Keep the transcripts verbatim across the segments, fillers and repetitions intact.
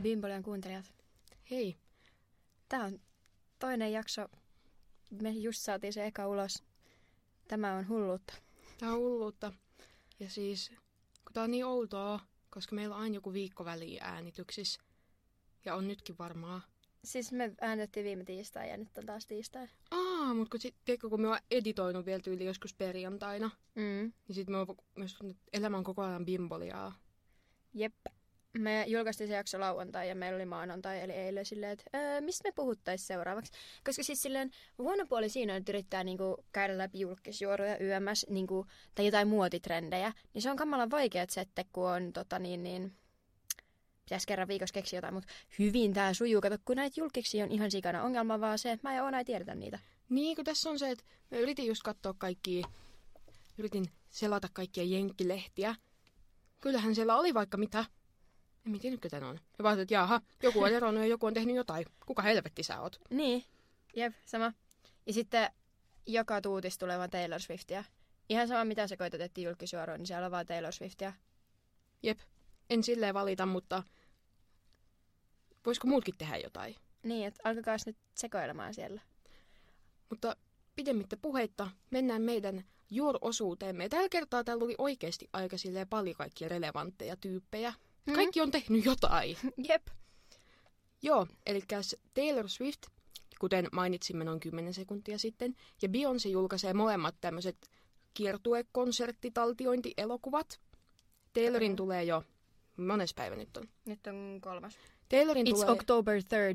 Bimbolian kuuntelijat. Hei. Tää on toinen jakso. Me just saatiin se eka ulos. Tämä on hulluutta. Tää on hulluutta. Ja siis, kun tää on niin outoa, koska meillä on aina joku viikko väliin äänityksissä. Ja on nytkin varmaa. Siis me äänitettiin viime tiistai ja nyt on taas tiistai. Aa, mutta kun, sit, tiedätkö, kun me oon editoinut vielä tyyli joskus perjantaina, Mm. niin sit me on myös elämä on koko ajan bimboliaa. Jep. Me julkaistiin se jakso lauantai ja meillä oli maanantai, eli eilen silleen, että öö, mistä me puhuttais seuraavaksi. Koska siis silleen huono puoli siinä, että yrittää niinku käydä läpi julkisjuoroja Y M S niinku, tai jotain muotitrendejä, niin se on kamalan vaikeat sette, kun on tota niin niin... Pitäisi kerran viikossa keksiä jotain, mutta hyvin tää sujuu. Kato, kun näitä julkiksi on ihan sikana. Ongelma vaan se, että mä en aina tiedetä niitä. Niin, kun tässä on se, että mä yritin just katsoa kaikkia, yritin selata kaikkia jenkkilehtiä. Kyllähän siellä oli vaikka mitä. En mä tiedä, ketä ne on. Ja vaan, että jaha, joku on eronnut ja joku on tehnyt jotain. Kuka helvetti sä oot? Niin, jep, sama. Ja sitten joka tuutis tulee vaan Taylor Swiftia. Ihan sama, mitä se koitettiin julkisjuoroon, niin siellä on vaan Taylor Swiftia. Jep, en silleen valita, mutta voisiko muutkin tehdä jotain? Niin, että alkakaas nyt sekoilemaan siellä. Mutta pidemmittä puheitta mennään meidän juoro-osuuteemme. Tällä kertaa täällä oli oikeasti aika silleen paljon kaikkia relevantteja tyyppejä. Hmm? Kaikki on tehnyt jotain. Jep. Joo, eli Taylor Swift, kuten mainitsimme noin kymmenen sekuntia sitten, ja Beyoncé julkaisee molemmat tämmöiset kiertue-konserttitaltiointi-elokuvat. Taylorin Mm. tulee jo, mones päivä nyt on? Nyt on kolmas. Taylorin It's tulee... October third.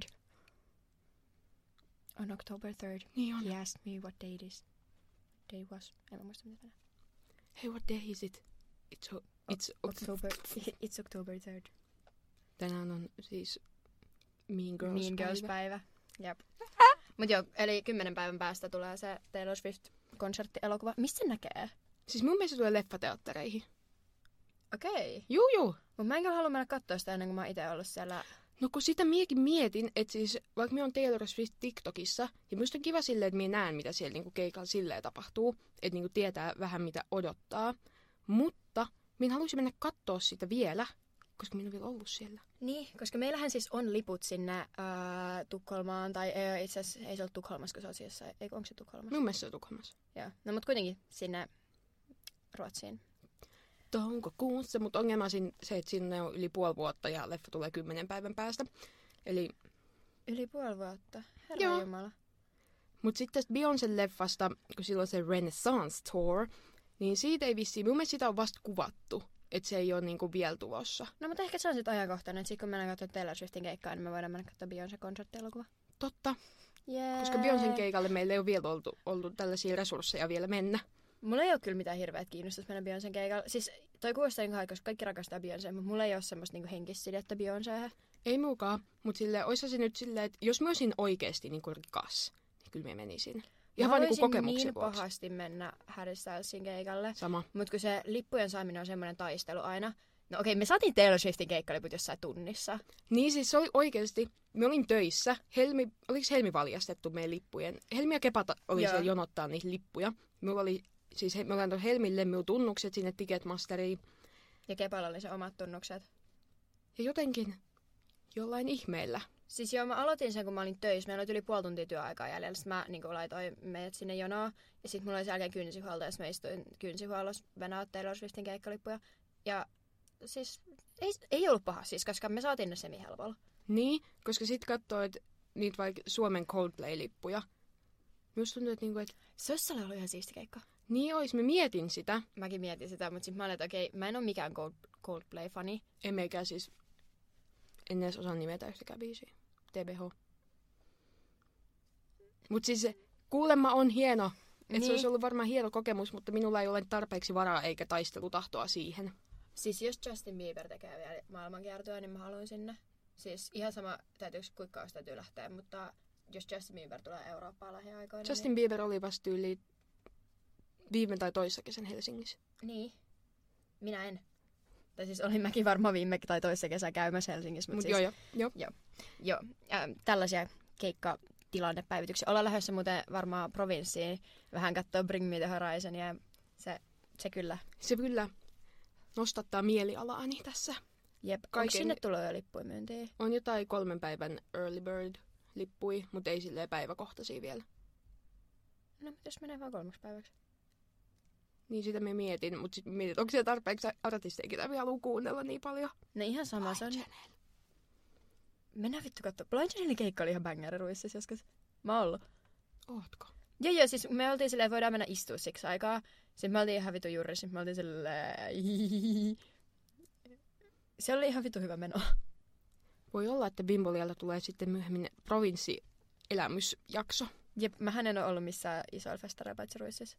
On October third. Niin on. He asked me what day it is. Day was. En mä muista mitä tänään. Hey, what day is it? It's, o- it's o- October. It's October third. Tänään on siis Mean Girls Mean päivä. Girls-päivä. Jep. Mut joo, eli kymmenen päivän päästä tulee se Taylor Swift-konserttielokuva. Mistä se näkee? Siis mun mielestä se tulee leffateattereihin. Okei. Okay. Juu, juu. Mut mä en kyllä halua mennä kattoo sitä ennen kuin mä oon ite ollut siellä. No kun sitä miekin mietin, että siis vaikka me on Taylor Swift TikTokissa, ja musta on kiva silleen, että minä näen, mitä siellä niinku keikalla silleen tapahtuu, että niinku tietää vähän, mitä odottaa. Mutta minä haluaisin mennä kattoo sitä vielä, koska minä en ole vielä ollut siellä. Niin, koska meillähän siis on liput sinne ää, Tukholmaan, tai ei, itse asiassa ei se ole Tukholmassa, kun se on siis, ei, onko se Tukholmassa? Mun mielestä se on Tukholmassa. Joo, no mut kuitenkin sinne Ruotsiin. Toukokuussa, mutta ongelma on se, että sinne on yli puoli vuotta ja leffa tulee kymmenen päivän päästä. Eli... Yli puoli vuotta, herra Joo. jumala. Mutta sitten tästä Beyoncé-leffasta, kun silloin se Renaissance Tour, niin siitä ei vissiin, mun mielestä sitä on vasta kuvattu, että se ei ole niinku vielä tulossa. No mutta ehkä se on sitten ajankohtainen, että sit kun mennään katsomaan Taylor Swiftin keikkaa, niin me voidaan mennä katsomaan Beyoncé-konserttielokuva. Totta, Yeah. koska Beyoncén keikalle meillä ei ole vielä ollut, ollut tällaisia resursseja vielä mennä. Mulla ei ole kyllä mitään hirveät kiinnostusta mennä Beyoncén keikalle. Siis toi kuulostaa niin koska kaikki rakastaa Beyoncé, mutta mulla ei ole semmoista niinku henkistä sidettä Beyoncéhän. Ei muukaan, mutta silleen, oissa se nyt silleen, että jos mä olisin oikeasti niinku rikas, niin kyllä mä menisin. Ihan vaan niinku kokemuksen niin vuoksi. pahasti mennä Harry Stylesin keikalle. Sama. Mutta kun se lippujen saaminen on semmoinen taistelu aina. No okei, me saatiin Taylor Swiftin keikkaliput jossain tunnissa. Niin siis se oli oikeasti, me olin töissä, Helmi, oliko Helmi valjastettu meidän lippujen? Helmi ja Kepata oli Joo. siellä jonottaa niitä lippuja. Mulla oli, siis me ollaan tuon Helmille minun tunnukset sinne Ticketmasteriin. Ja Kepalla oli se omat tunnukset. Ja jotenkin, jollain ihmeellä. Siis joo, mä aloitin sen, kun mä olin töissä. Meillä oli yli puoli tuntia työaikaa jäljellä. Sitten mä niin laitoin meidät sinne jonoon. Ja sitten mulla oli sen jälkeen kynsihuolto, ja sitten mä istuin kynsihuollossa venää Taylor Swiftin keikkalippuja. Ja siis ei, ei ollut paha siis, koska me saatiin ne semi-helpolla. Niin, koska sit katsoit niitä vaikka Suomen Coldplay-lippuja. Minusta tuntuu, että, niinku, että Sössällä oli ihan siisti keikka. niin ois, mä mietin sitä. Mäkin mietin sitä, mutta sitten mä olin, että okei, mä en ole mikään Cold, Coldplay-fani. En meikään siis, en edes osaa nimetä yhtäkään biisiä. T B H. Mut siis kuulemma on hieno. Että Niin. se olisi ollut varmaan hieno kokemus, mutta minulla ei ole tarpeeksi varaa eikä taistelutahtoa siihen. Siis jos Justin Bieber tekee vielä maailmankiertoa, niin mä haluan sinne. Siis ihan sama, täytyykö kuinka kauas täytyy lähteä, mutta jos Justin Bieber tulee Eurooppaan lähiaikoina, Justin niin... Bieber oli vasta yli viime tai toissa kesän Helsingissä. Niin. Minä en. Tai siis olin mäkin varmaan viime tai toissa kesä käymässä Helsingissä. Mutta Mut siis, joo, joo, joo. joo. joo. Äh, tällaisia keikkatilannepäivityksiä. Ollaan lähdössä muuten varmaan provinssiin vähän katsoa Bring Me The Horizon ja se, se kyllä. Se kyllä nostattaa mielialaani tässä Jep, onko Kaiken- sinne tulee jo lippuja myyntiin? On jotain kolmen päivän early bird lippui, mutta ei silleen päiväkohtaisia vielä. No, mitäs menee vaan kolmeksi päiväksi? Niin sitä me mietin, mutta sitten mietin, että onko siellä tarpeeksi artisteja, ketä vielä haluaa kuunnella niin paljon. No ihan sama, se on... Blind Channel. Mennään vittu katsoa. Blind Channelin keikka oli ihan bangeri Ruississa joskus. Mä oon ollut. Ootko? Joo, joo, siis me oltiin silleen, voidaan mennä istua siksi aikaa. Sitten me oltiin ihan vitu juuri, sitten me oltiin silleen... Se oli ihan vitu hyvä meno. Voi olla, että Bimbolialta tulee sitten myöhemmin provinssielämysjakso. Jep, mähän en ole ollut missään isoilla festareilla paitsi Ruississa.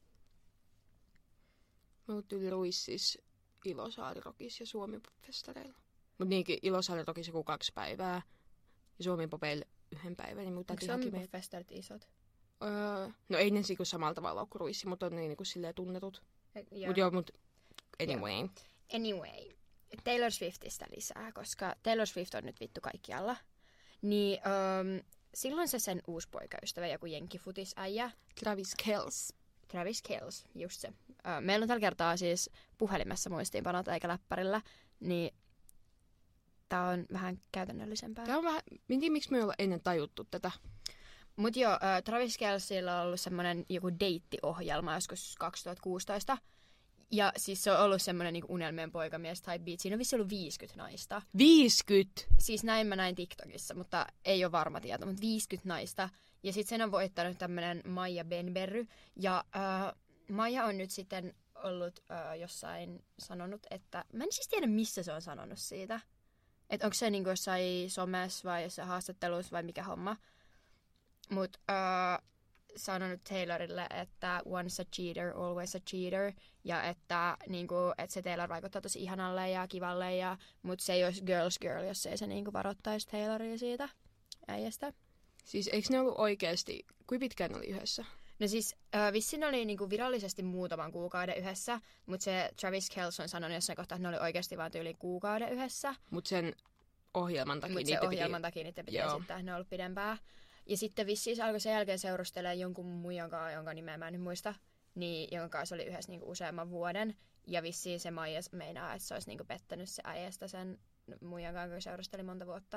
Mä oon yli Ruissis, Ilosaari-Rokissa ja Suomi-festareilla. Mut niinkin Ilosaari-Rokissa joku kaksi päivää ja Suomi-popeilla yhden päivän. Niin Onko täytyy Suomi hakea- festarit isot? Öö, no ei ne niinku samalla tavalla ole kuin Ruissi, mutta on ne niinku silleen tunnetut. Joo. Mut joo, mut anyway. Anyway, Taylor Swiftistä lisää, koska Taylor Swift on nyt vittu kaikkialla. Niin um, silloin se sen uusi poikaystävä, joku jenkkifutisäijä, Travis Kelce. Travis Kelce, just se. Uh, meillä on tällä kertaa siis puhelimessa muistiinpanot eikä läppärillä, niin tää on vähän käytännöllisempää. Tää on vähän, en tiedä miksi me ei olla ennen tajuttu tätä. Mut joo, uh, Travis Kelcellä on ollut semmonen joku deittiohjelma joskus kaksituhattakuusitoista. Ja siis se on ollut semmonen niinku unelmien poikamies type beat. Siinä on vissi ollut viisikymmentä naista. viisikymmentä! Siis näin mä näin TikTokissa, mutta ei ole varma tieto, mutta viisikymmentä naista. Ja sitten sen on voittanut tämmönen Maija Benberry. Ja äh, Maija on nyt sitten ollut äh, jossain sanonut, että... Mä en siis tiedä, missä se on sanonut siitä. Että onko se niinku jossain somessa vai jossain haastattelussa vai mikä homma. Mut äh, sanonut Taylorille, että once a cheater, always a cheater. Ja että, niinku, että se Taylor vaikuttaa tosi ihanalle ja kivalle. Ja, mut se ei olisi girls girl, jos ei se niinku varoittaisi Tayloria siitä äijästä. Siis eikö ne ollut oikeesti, kuinka pitkään ne oli yhdessä? No siis äh, vissiin oli niinku virallisesti muutaman kuukauden yhdessä. Mutta se Travis Kelce on sanonut jossain kohtaa, että ne oli oikeasti vaan tyyli kuukauden yhdessä. Mut sen ohjelman takia Mutta se niitä ohjelman piti... takia niitä piti Joo. esittää, että ne on ollut pidempään. Ja sitten vissiin se alkoi sen jälkeen seurustelemaan jonkun muijan kanssa, jonka nimeä mä en nyt muista, niin, jonka kanssa oli yhdessä niinku useamman vuoden. Ja vissiin se Maija meinaa, että se olisi niinku pettänyt se äijästä sen muijan kanssa, kun seurusteli monta vuotta.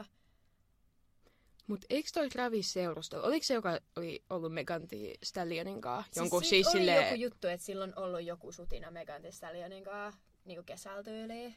Mut eikö toi Travis seurustelu? Oliko se, joka oli ollut Megan Thee Stallionin kanssa? Siis Jonkun siitä siis oli silleen... joku juttu, että silloin on ollut joku sutina Megan Thee Stallionin kanssa, niinku kesällä tyyliin.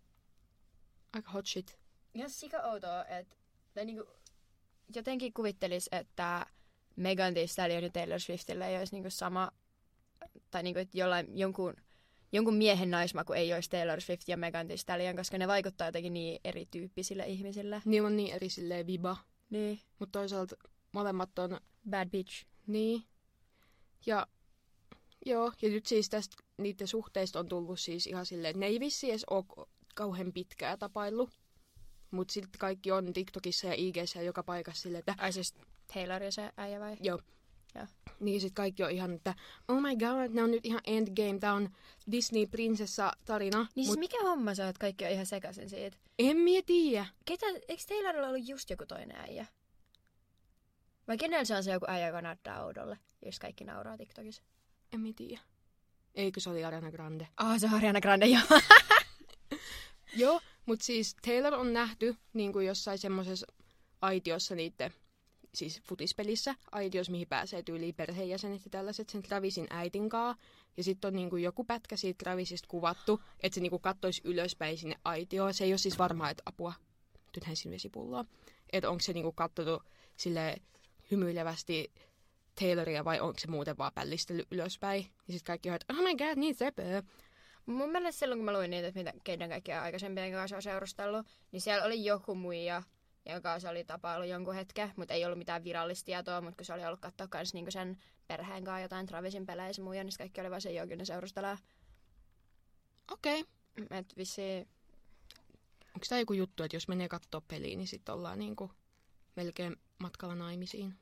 Aika hot shit. Ihan sika outoa, että tai niinku, jotenkin kuvittelis, että Megan Thee Stallion ja Taylor Swiftillä ei olisi niinku sama, tai niinku, että jollain, jonkun, jonkun miehen naismaku ei olisi Taylor Swift ja Megan Thee Stallion, koska ne vaikuttaa jotenkin niin erityyppisille ihmisille. Niillä on niin eri silleen viba. Niin. Mutta toisaalta molemmat on Bad bitch. niin. Ja joo, ja nyt siis tästä niiden suhteista on tullut siis ihan silleen, että ne ei vissiin edes ole kauhean pitkää tapailu. Mutta sitten kaikki on TikTokissa ja I G:ssä ja joka paikassa silleen, että Ai siis Taylor ja se äijä vai? joo. Joo. Niin sit kaikki on ihan, että oh my god, ne on nyt ihan endgame, tää on Disney-prinsessa-tarina. Niin siis Mut mikä homma se on, että kaikki on ihan sekaisin siitä? en mie tiedä. Ketä, eikö Taylorilla ollut just joku toinen äijä? Vai kenellä se on se joku äijä, joka näyttää oudolle, jos kaikki nauraa TikTokissa? En mie tiedä. Eikö se oli Ariana Grande? Ah, oh, se on Ariana Grande, joo. Joo, mutta siis Taylor on nähty niin kuin jossain semmoisessa aitiossa niiden, siis futispelissä, aitiossa, mihin pääsee tyyliin perheenjäsenet ja tällaiset sen Travisin äitin kaa. Ja sitten on niin kuin joku pätkä siitä Travisista kuvattu, että se niin kuin kattoisi ylöspäin sinne aitioon. Se ei ole siis varmaa, että apua, nyt hän sinne vesipulloa. Että onko se niin kuin katsottu sille hymyilevästi Tayloria vai onko se muuten vaan pällistellyt ylöspäin. Ja sitten kaikki on, että oh my god, niin söpöö. Mun mielestä silloin, kun mä luin niitä, että mitä, keiden kaikkia aikaisempien kanssa on seurustellut, niin siellä oli joku muija, jonka kanssa oli tapailu jonkun hetken, mutta ei ollut mitään virallista tietoa, mutta kun se oli ollut katsoa kans niinku sen perheen kanssa jotain Travisin pelejä se muija, niin kaikki oli vaan se jokin, ne seurustelee. Okei. Okay. Et vissiin... Onko tämä joku juttu, että jos menee kattoo peliä, niin sitten ollaan niinku melkein matkalla naimisiin?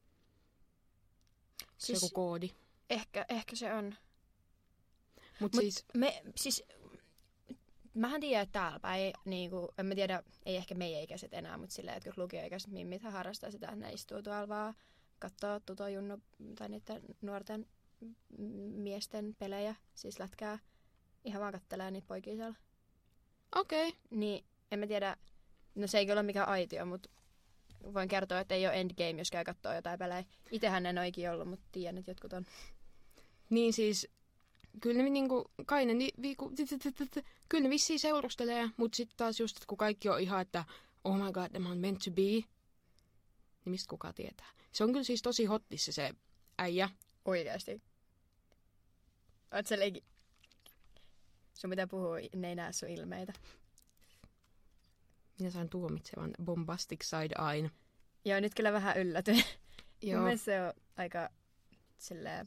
Se Siis joku koodi. Ehkä, ehkä se on. Mut, Mut siis, me, siis... Mähän tiedän, että täällä päin, niinku, en mä tiedä, ei ehkä meidän ikäiset enää, mutta silleen, että kun lukioikäiset mimmit harrastaa sitä, että ne istuu tuolla vaan kattoo Tuto Junnu tai niiden nuorten m- miesten pelejä, siis lätkää, ihan vaan kattelee niitä poikia siellä. okei. Okay. Niin en mä tiedä, no se ei ole mikään aitio, mutta voin kertoa, että ei ole Endgame, jos käy katsoo jotain pelejä. Itsehän en ole ikinä ollut, mutta tiedän, että jotkut on. Niin siis, kyllä ne niinku, kai ne, viiku, kyllä ne vissiin seurustelee, mutta sitten taas just, että kun kaikki on ihan, että oh my god, tämä on meant to be, niin mistä kukaan tietää. Se on kyllä siis tosi hottissa se äijä. Oikeasti. Oot sä leiki... Sun pitää puhua, ne ei näe sun ilmeitä. Minä sain tuomitsevan bombastic side-eyen. Joo, nyt kyllä vähän yllätyin. Joo. Mun mielestä se on aika silleen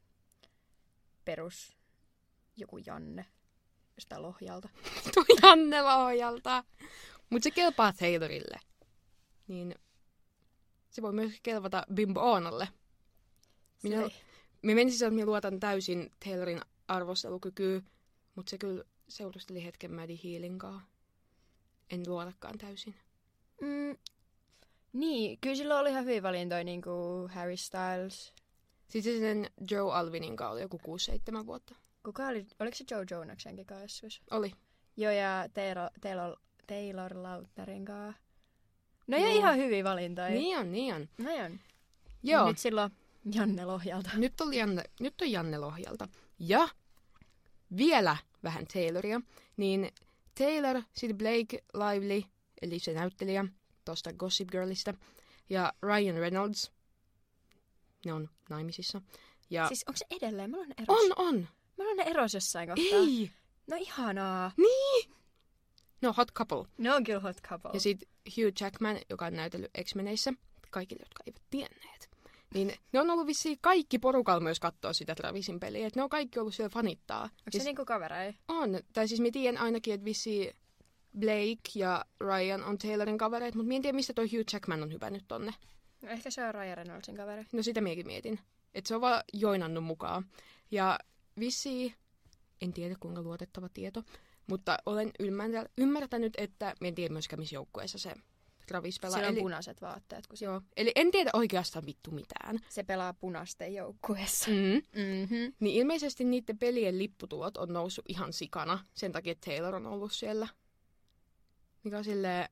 perus joku Janne jostain Lohjalta. Tuo Janne Lohjalta. Mut se kelpaa Taylorille. Niin se voi myös kelvata Bimbo Oonalle. Minä, minä menisin sanoa, että minä luotan täysin Taylorin arvostelukykyyn, mutta se kyllä seurusteli hetken Maddie Healin kanssa. En luotakaan täysin. Mm, niin, kyllä sillä oli ihan hyvin valintoja, niin kuin Harry Styles. Sitten sen Joe Alwinin kanssa oli joku kuusi seitsemän vuotta. Kuka oli, oliko se Joe Jonaksenkin kanssa joskus? Oli. Joo, ja Taylor, Taylor, Taylor Lautnerin kanssa. No ja Joo. ihan hyviä valintoja. Niin on, niin on. No on. Joo. Nyt silloin Janne Lohjalta. Nyt on Janne, nyt on Janne Lohjalta. Ja vielä vähän Tayloria. Niin Taylor, sitten Blake Lively, eli se näyttelijä tuosta Gossip Girlista, ja Ryan Reynolds. Ne on naimisissa. Ja Siis onko se edelleen? Mä olen eros. on, on. Mä olen eros jossain kohtaa. Ei. No ihanaa. Niin. No, hot couple. Ne on kyllä hot couple. Ja sitten Hugh Jackman, joka on näytellyt X-Meneissä, kaikille, jotka eivät tienneet. Niin ne on ollut vissiin kaikki porukalla myös katsoa sitä Travisin peliä. Että ne on kaikki ollut siellä fanittaa. Onko siis, se niinku kaverei? On. Tai siis mä tiedän ainakin, että vissiin Blake ja Ryan on Taylorin kavereet, mutta mä en tiedä, mistä toi Hugh Jackman on hypännyt tonne. No ehkä se on Ryan Reynoldsin kaveri. No sitä miekin mietin. Että se on vaan joinannut mukaan. Ja vissiin, en tiedä kuinka luotettava tieto, mutta olen ymmärtänyt, että mä en tiedä myöskään missä joukkueessa se Travis pelaa. Sillä on eli, punaiset vaatteet. Kun joo, eli en tiedä oikeastaan vittu mitään. se pelaa punaisten joukkueessa. Mm. Mm-hmm. Niin ilmeisesti niiden pelien lipputulot on noussut ihan sikana sen takia, että Taylor on ollut siellä. Mikä on silleen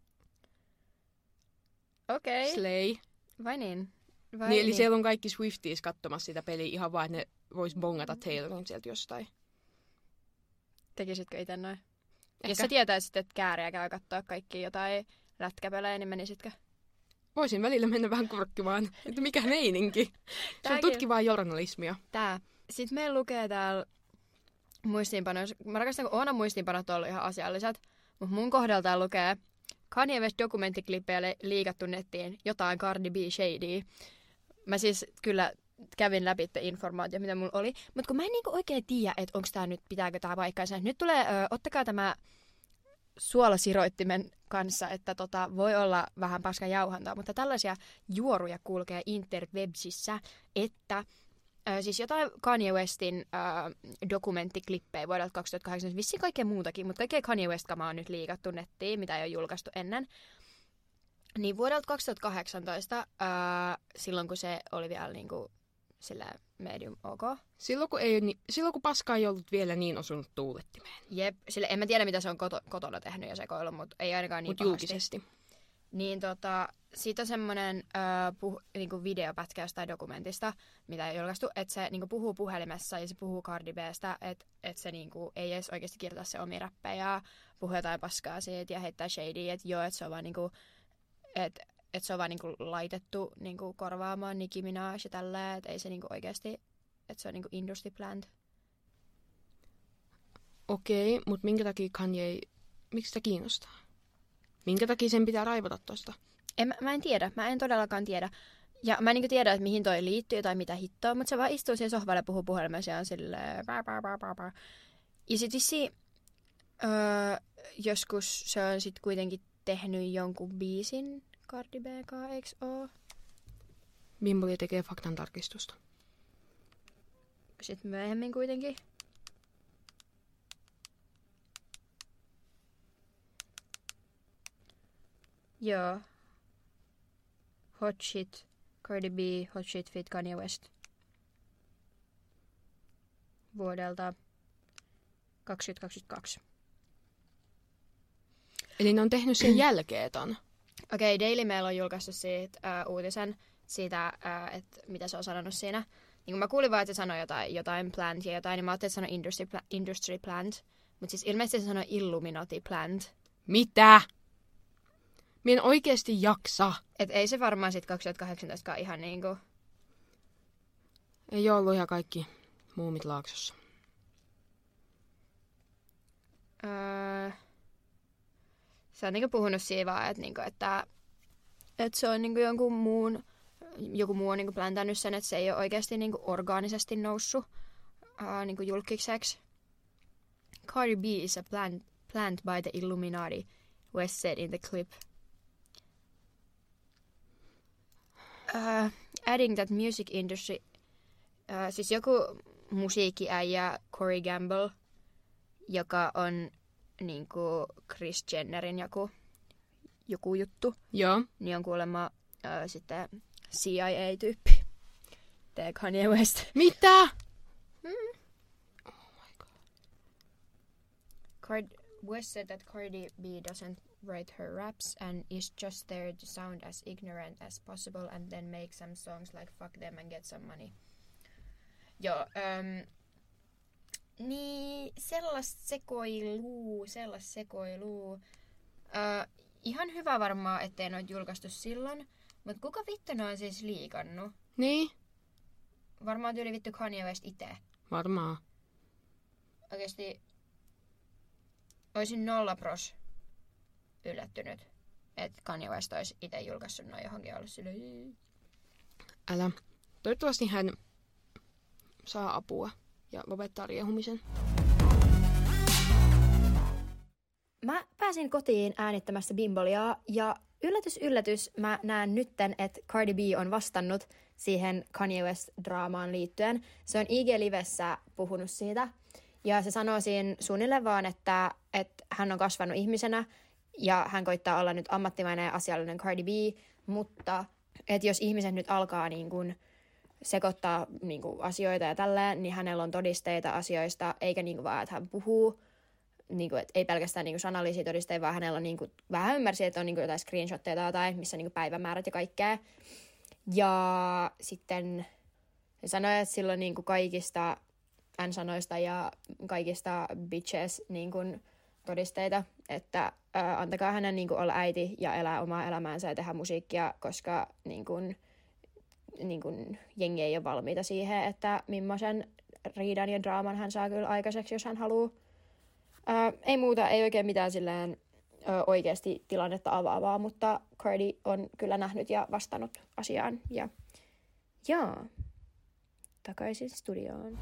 Okei. Okay. slay. Vai niin? Vai Niin, eli niin? siellä on kaikki Swifties katsomassa sitä peliä ihan vaan, että ne vois bongata Taylorin sieltä jostain. Tekisitkö itse noin? Ehkä. Jos sä tietäisit, että kääriä käy katsoa kaikki jotain lätkäpelejä, niin menisitkö? Voisin välillä mennä vähän kurkkimaan, että mikä meininki. Se on Tääkin. tutkivaa journalismia. Tää. Sitten meillä lukee täällä muistiinpanoissa. Mä rakastan, kun Oonan muistiinpanot on ollut ihan asialliset. Mutta mun kohdalla täällä lukee Kanye West dokumenttiklippejä liikattu nettiin jotain Cardi B shady. Mä siis kyllä kävin läpi informaatio, mitä mulla oli. Mutta kun mä en niinku oikein tiedä, että onko tää nyt, pitääkö tää paikkaansa. Nyt tulee, ö, ottakaa tämä suolasiroittimen kanssa, että tota, voi olla vähän paskan jauhantaa, mutta tällaisia juoruja kulkee interwebsissä, että ö, siis jotain Kanye Westin ö, dokumenttiklippejä vuodelta kaksituhattakahdeksan, vissiin kaikkea muutakin, mutta kaikkea Kanye West-kamaa on nyt liikattu nettiin, mitä ei ole julkaistu ennen. Niin vuodelta kaksituhattakahdeksantoista, ö, silloin kun se oli vielä niinku sillä medium ok. Silloin kun, ei, silloin kun paska ei ollut vielä niin osunut tuulettimeen. Jep, sille en mä tiedä mitä se on koto, kotona tehnyt ja sekoillut, mutta ei ainakaan niin Mut pahasti. julkisesti. Niin tota, siitä on semmoinen äh, puh, niinku videopätkä jostain dokumentista, mitä ei julkaistu, että se niinku puhuu puhelimessa ja se puhuu Cardi B:stä, että et se niinku ei edes oikeasti kirjoita se omia räppejä, puhuu jotain paskaa siitä ja heittää shadyä, että joo, että se on vaan niinku, että et se on vaan niinku laitettu niinku korvaamaan Nicki Minaj ja tälleen, että ei se niinku oikeasti, että se on niinku industry plant. Okei, mutta minkä takia Kanye, miksi sitä kiinnostaa? Minkä takia sen pitää raivata tosta? En, mä, mä en tiedä, mä en todellakaan tiedä. Ja mä en niinku tiedä, että mihin toi liittyy tai mitä hittoa, mutta se vaan istuu siellä sohvalle ja puhuu puhelimessa ja on silleen... Ja sit vissi, öö, joskus se on sit kuitenkin tehnyt jonkun biisin Cardi B K, eiks oo? Bimboli tekee faktan tarkistusta. Sitten myöhemmin kuitenkin. Joo. Hot Shit, Cardi B, Hot Shit feat Kanye West. Vuodelta kaksituhattakaksikymmentäkaksi. Eli ne on tehnyt sen jälkeen ton. Okei, okay, Daily Mail on julkaissut siitä uh, uutisen siitä, uh, että mitä se on sanonut siinä. Niin kun mä kuulin vaan, että se sanoi jotain, jotain plant ja jotain, niin mä ajattelin, että se sanoi industry, pla- industry plant. Mutta siis ilmeisesti se sanoi Illuminati plant. Mitä? Mä en oikeesti jaksa. Et ei se varmaan sit kaksituhattakahdeksantoista ihan niinku... Ei ollut ihan kaikki muumit Laaksossa. Öö, se on niinku puhunut siitä vaan, että, niinku, että, että se on niinku jonkun muun, joku muu on niinku pläntännyt sen, että se ei ole oikeasti niinku orgaanisesti noussut uh, niinku julkiseksi. Cardi B is a plant, plant by the Illuminati, West said in the clip. Uh, adding that music industry, uh, siis joku musiikkiäijä Corey Gamble, joka on niinku Kris Jennerin joku, joku juttu, Joo. niin on kuulemma uh, sitten C I A-tyyppi. Tää Kanye West. Mitä? Mm. Oh my god. Card- West said that Cardi B doesn't write her raps and is just there to sound as ignorant as possible and then make some songs like fuck them and get some money. Joo, um, niin sellaista sekoilua, sellaista sekoilua. Uh, ihan hyvä varmaan, ettei ne ole julkaistu silloin, mutta kuka vittu ne on siis liikannut? Niin? Varmaan tyyli vittu Kanye West itse. Varmaan. Oikeesti olisin nolla pros yllättynyt, että Kanye West olisi itse julkaissut noin johonkin ollut silleen. Älä. Toivottavasti hän saa apua ja lopettaa riehumisen. Mä pääsin kotiin äänittämässä Bimboliaa ja yllätys yllätys mä näen nytten, että Cardi B on vastannut siihen Kanye West-draamaan liittyen. Se on I G-livessä puhunut siitä ja se sanoo siinä suunnilleen vaan, että, että hän on kasvanut ihmisenä ja hän koittaa olla nyt ammattimainen ja asiallinen Cardi B, mutta että jos ihmiset nyt alkaa niin kuin sekoittaa niin kuin asioita ja tälleen, niin hänellä on todisteita asioista, eikä niin kuin vaan, että hän puhuu. Niin kuin, ei pelkästään niin kuin sanallisia todisteita, vaan hänellä on niin kuin, vähän ymmärsi, että on niin kuin jotain screenshotteja tai jotain, missä on niin kuin päivämäärät ja kaikkea. Ja sitten hän sanoi, että silloin niin kuin kaikista N-sanoista ja kaikista bitches niin kuin todisteita, että ää, antakaa hänen niin kuin olla äiti ja elää omaa elämäänsä ja tehdä musiikkia, koska niin kuin, niin kuin, jengi ei ole valmiita siihen, että millaisen riidan ja draaman hän saa kyllä aikaiseksi, jos hän haluaa. Ää, ei muuta, ei oikein mitään silleen ö, oikeasti tilannetta avaavaa, mutta Cardi on kyllä nähnyt ja vastannut asiaan. Ja jaa, takaisin studioon.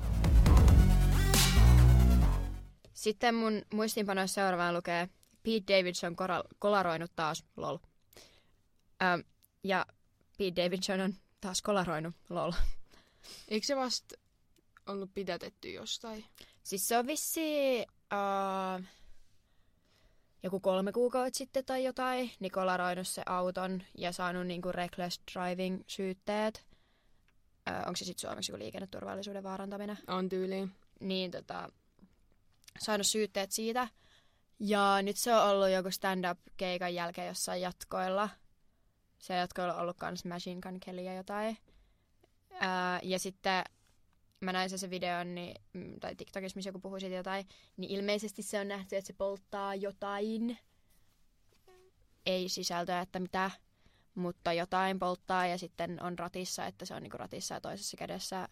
Sitten mun muistiinpanoissa seuraavaan lukee Pete Davidson kora- kolaroinut taas, lol. Ö, ja Pete Davidson on taas kolaroinut, lol. Eikö se vasta ollut pidätetty jostain? Siis se on vissiin uh, joku kolme kuukautta sitten tai jotain, niin kolaroinut se auton ja saanut niinku reckless driving syytteet. Uh, onko se sitten suomeksi joku liikenneturvallisuuden vaarantaminen? On tyyliin. Niin tota, saanut syytteet siitä. Ja nyt se on ollut joku stand-up-keikan jälkeen jossain jatkoilla. Se jatkoilla on ollut kans Machine Gun Kelly ja jotain. Uh, ja sitten mä näin sen videon, niin, tai TikTokissa, missä joku puhui siitä jotain, niin ilmeisesti se on nähty, että se polttaa jotain. Ei sisältöä, että mitä, mutta jotain polttaa ja sitten on ratissa, että se on niinku ratissa ja toisessa kädessä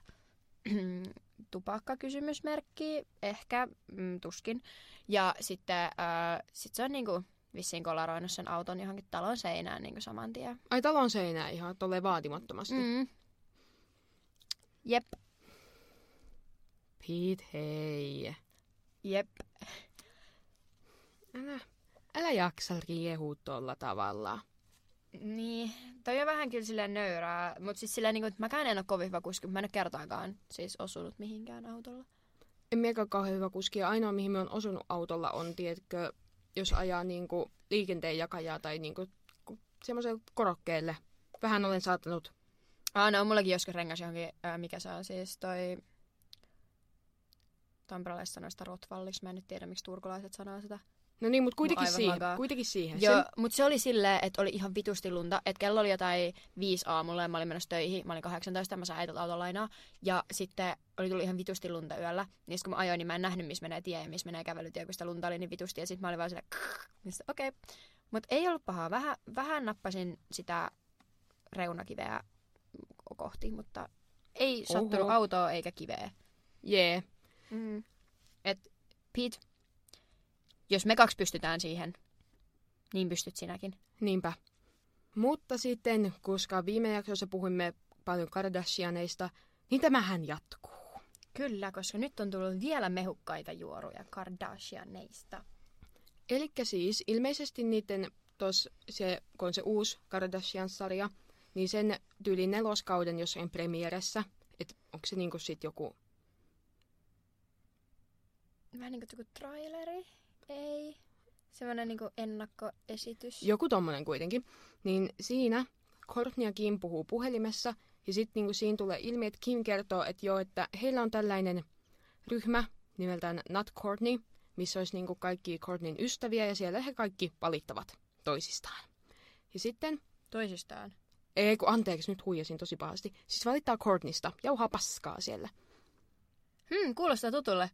tupakka-kysymysmerkki, ehkä, mm, tuskin. Ja sitten äh, sit se on niinku vissiin kolaroinut sen auton johonkin talon seinään niinku saman tien. Ai talon seinään ihan tolleen vaatimattomasti. Mm. Jep. Pete, hei. Jep. Älä, älä jaksa riehua tolla tavalla. Niin, toi on vähän kyllä silleen nöyrää, mutta siis silleen, niin kuin, että mäkään en ole kovin hyvä kuski, mä en ole kertaakaan siis osunut mihinkään autolla. En miekään kauhean hyvä kuski, ja ainoa mihin me on osunut autolla on, tiedätkö, jos ajaa niinku liikenteen jakajaa tai niinku semmoiselle korokkeelle. Vähän olen saattanut. Ah, no mullakin joskus rengas johonkin, ää, mikä se on siis toi tamperelaisista sanoista rotvalliksi, mä en nyt tiedä miksi turkulaiset sanoo sitä. No niin, mutta kuitenkin aivan siihen. makaa. Kuitenkin siihen. Joo, Sen... mutta se oli silleen, että oli ihan vitusti lunta. Että kello oli jotain viisi aamulla ja mä olin menossa töihin. Mä olin kahdeksantoista ja mä sain äitiltä autolainaa. Ja sitten oli tullut ihan vitusti lunta yöllä. Niin kun mä ajoin, niin mä en nähnyt, missä menee tie ja missä menee kävelytie, kun sitä lunta oli niin vitusti. Ja sitten mä olin vaan silleen, okei. Okay. Mutta ei ollut pahaa. Vähän, vähän nappasin sitä reunakiveä kohti, mutta ei sattunut Oho. autoa eikä kiveä. Jee. Yeah. Mm. Et Pete, jos me kaksi pystytään siihen, niin pystyt sinäkin. Niinpä. Mutta sitten, koska viime jaksossa puhuimme paljon Kardashianeista, niin tämähän jatkuu. Kyllä, koska nyt on tullut vielä mehukkaita juoruja Kardashianeista. Elikkä siis ilmeisesti niiden, tos, se, kun on se uusi Kardashian-sarja, niin sen tyyli neloskauden jossain premieressä, että onko se niinku sit joku... Vähän niin kuin joku traileri, ei. Semmoinen niin kuin ennakkoesitys. Joku tommonen kuitenkin. Niin siinä Kourtney ja Kim puhuu puhelimessa, ja sitten niinku siinä tulee ilmi, että Kim kertoo, että joo, että heillä on tällainen ryhmä nimeltään Not Kourtney, missä olisi niinku kaikki Kourtneyn ystäviä, ja siellä he kaikki valittavat toisistaan. Ja sitten... Toisistaan? Ei, kun anteeksi, nyt huijasin tosi pahasti. Siis valittaa Kourtneysta, jauhaa paskaa siellä. Hmm, kuulostaa tutulle.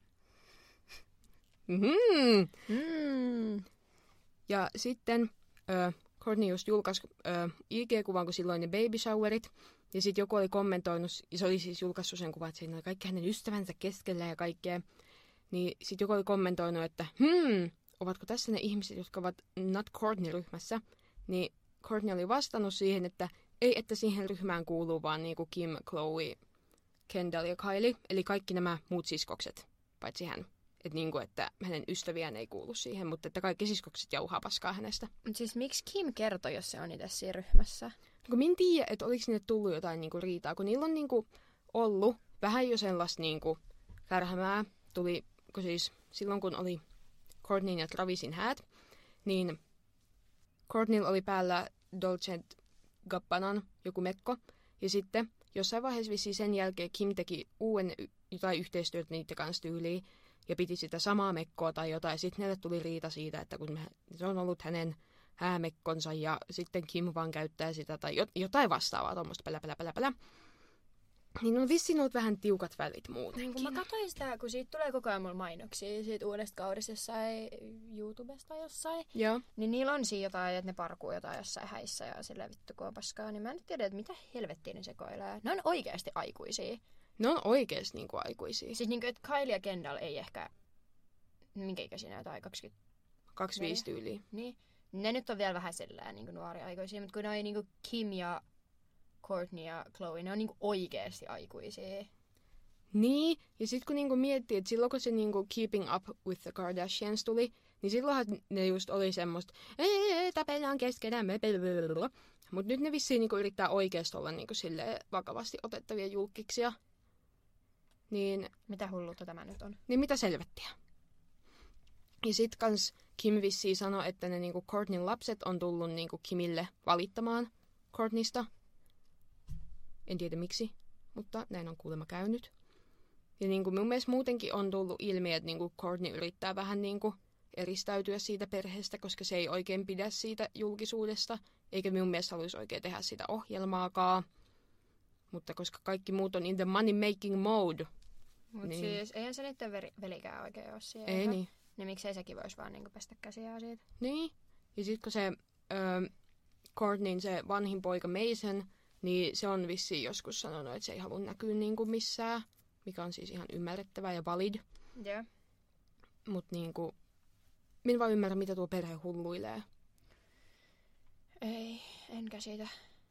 Mm-hmm. Mm. Ja sitten äh, Kourtney just julkaisi äh, I G-kuvan, kun silloin ne baby showerit. Ja sitten joku oli kommentoinut, ja se oli siis julkaissut sen kuvan, että siinä oli kaikki hänen ystävänsä keskellä ja kaikkea. Niin sitten joku oli kommentoinut, että hmm, ovatko tässä ne ihmiset, jotka ovat Not Kourtney-ryhmässä? Niin Kourtney oli vastannut siihen, että ei, että siihen ryhmään kuuluu vaan niinku Kim, Khloe, Kendall ja Kylie. Eli kaikki nämä muut siskokset, paitsi hän. Että niinku, että hänen ystäviään ei kuulu siihen, mutta että kaikki siskokset jauhaa paskaa hänestä. Mutta siis miksi Kim kertoi, jos se on itse siinä ryhmässä? Kun minä en tiedä, että oliko sinne tullut jotain niinku riitaa, kun niillä on niinku ollut vähän jo sellaista niinku kärhämää. Tuli, kun siis silloin kun oli Kourtneyn ja Travisin häät, niin Kourtneylla oli päällä Dolce Gabbanan joku mekko. Ja sitten jossain vaiheessa vissiin sen jälkeen Kim teki uuden jotain yhteistyötä niiden kanssa tyyliin. Ja piti sitä samaa mekkoa tai jotain. Sitten heille tuli riita siitä, että kun se on ollut hänen häämekkonsa ja sitten Kim vaan käyttää sitä tai jotain vastaavaa, tuommoista pälä, pälä, pälä, pälä. Niin on vissiin ollut vähän tiukat välit muutenkin. Niin kun mä katsoin sitä, kun siitä tulee koko ajan mulla mainoksia siitä uudesta kaudesta jossain YouTubesta jossain. Joo. Niin niillä on siinä jotain, että ne parkuu jotain jossain häissä ja silleen vittu kun on paskaa. Niin mä en tiedä, että mitä helvettiä ne sekoilee. Ne on oikeasti aikuisia. Ne on oikeasti niinku aikuisia. Siis niinku, että Kylie ja Kendall ei ehkä... Minkä ikäisiä ne jotain? kaksikymmentä? kaksikymmentäviisi tyyliä. Niin. Ne nyt on vielä vähän sellään niinku nuoria aikuisia, mutta kun ne on niinku Kim ja Kourtney ja Khloe, ne on niinku oikeasti aikuisia. Niin, ja sitten kun niinku miettii, että silloin kun se niinku Keeping Up with the Kardashians tuli, niin silloinhan ne just oli semmoista, ei, tapellaan keskenämme, mutta nyt ne vissiin niinku yrittää oikeasti olla niinku silleen vakavasti otettavia julkkiksia. Niin, mitä hulluutta tämä nyt on? Niin mitä selvettiä. Ja sit kans Kim vissiin sanoi, että ne niinku Kourtneyn lapset on tullut niinku Kimille valittamaan Kourtneysta. En tiedä miksi, mutta näin on kuulemma käynyt. Ja niinku mun mielestä muutenkin on tullut ilmi, että niinku Kourtney yrittää vähän niinku eristäytyä siitä perheestä, koska se ei oikein pidä siitä julkisuudesta. Eikä minun mielestä haluaisi oikein tehdä sitä ohjelmaakaan. Mutta koska kaikki muut on in the money making mode. Mutta niin. siis eihän se niiden veri- velikään oikein ole siellä. Ei niin. Niin miksei sekin voisi vaan niinku pestä käsiään siitä. Niin. Ja sit kun se ö, Kourtneyn se vanhin poika Mason, niin se on vissiin joskus sanonut, että se ei halua näkyä niinku missään. Mikä on siis ihan ymmärrettävää ja valid. Joo. Yeah. Mut niinku, minä vaan ymmärrän, mitä tuo perhe hulluilee. Ei, en käsitä.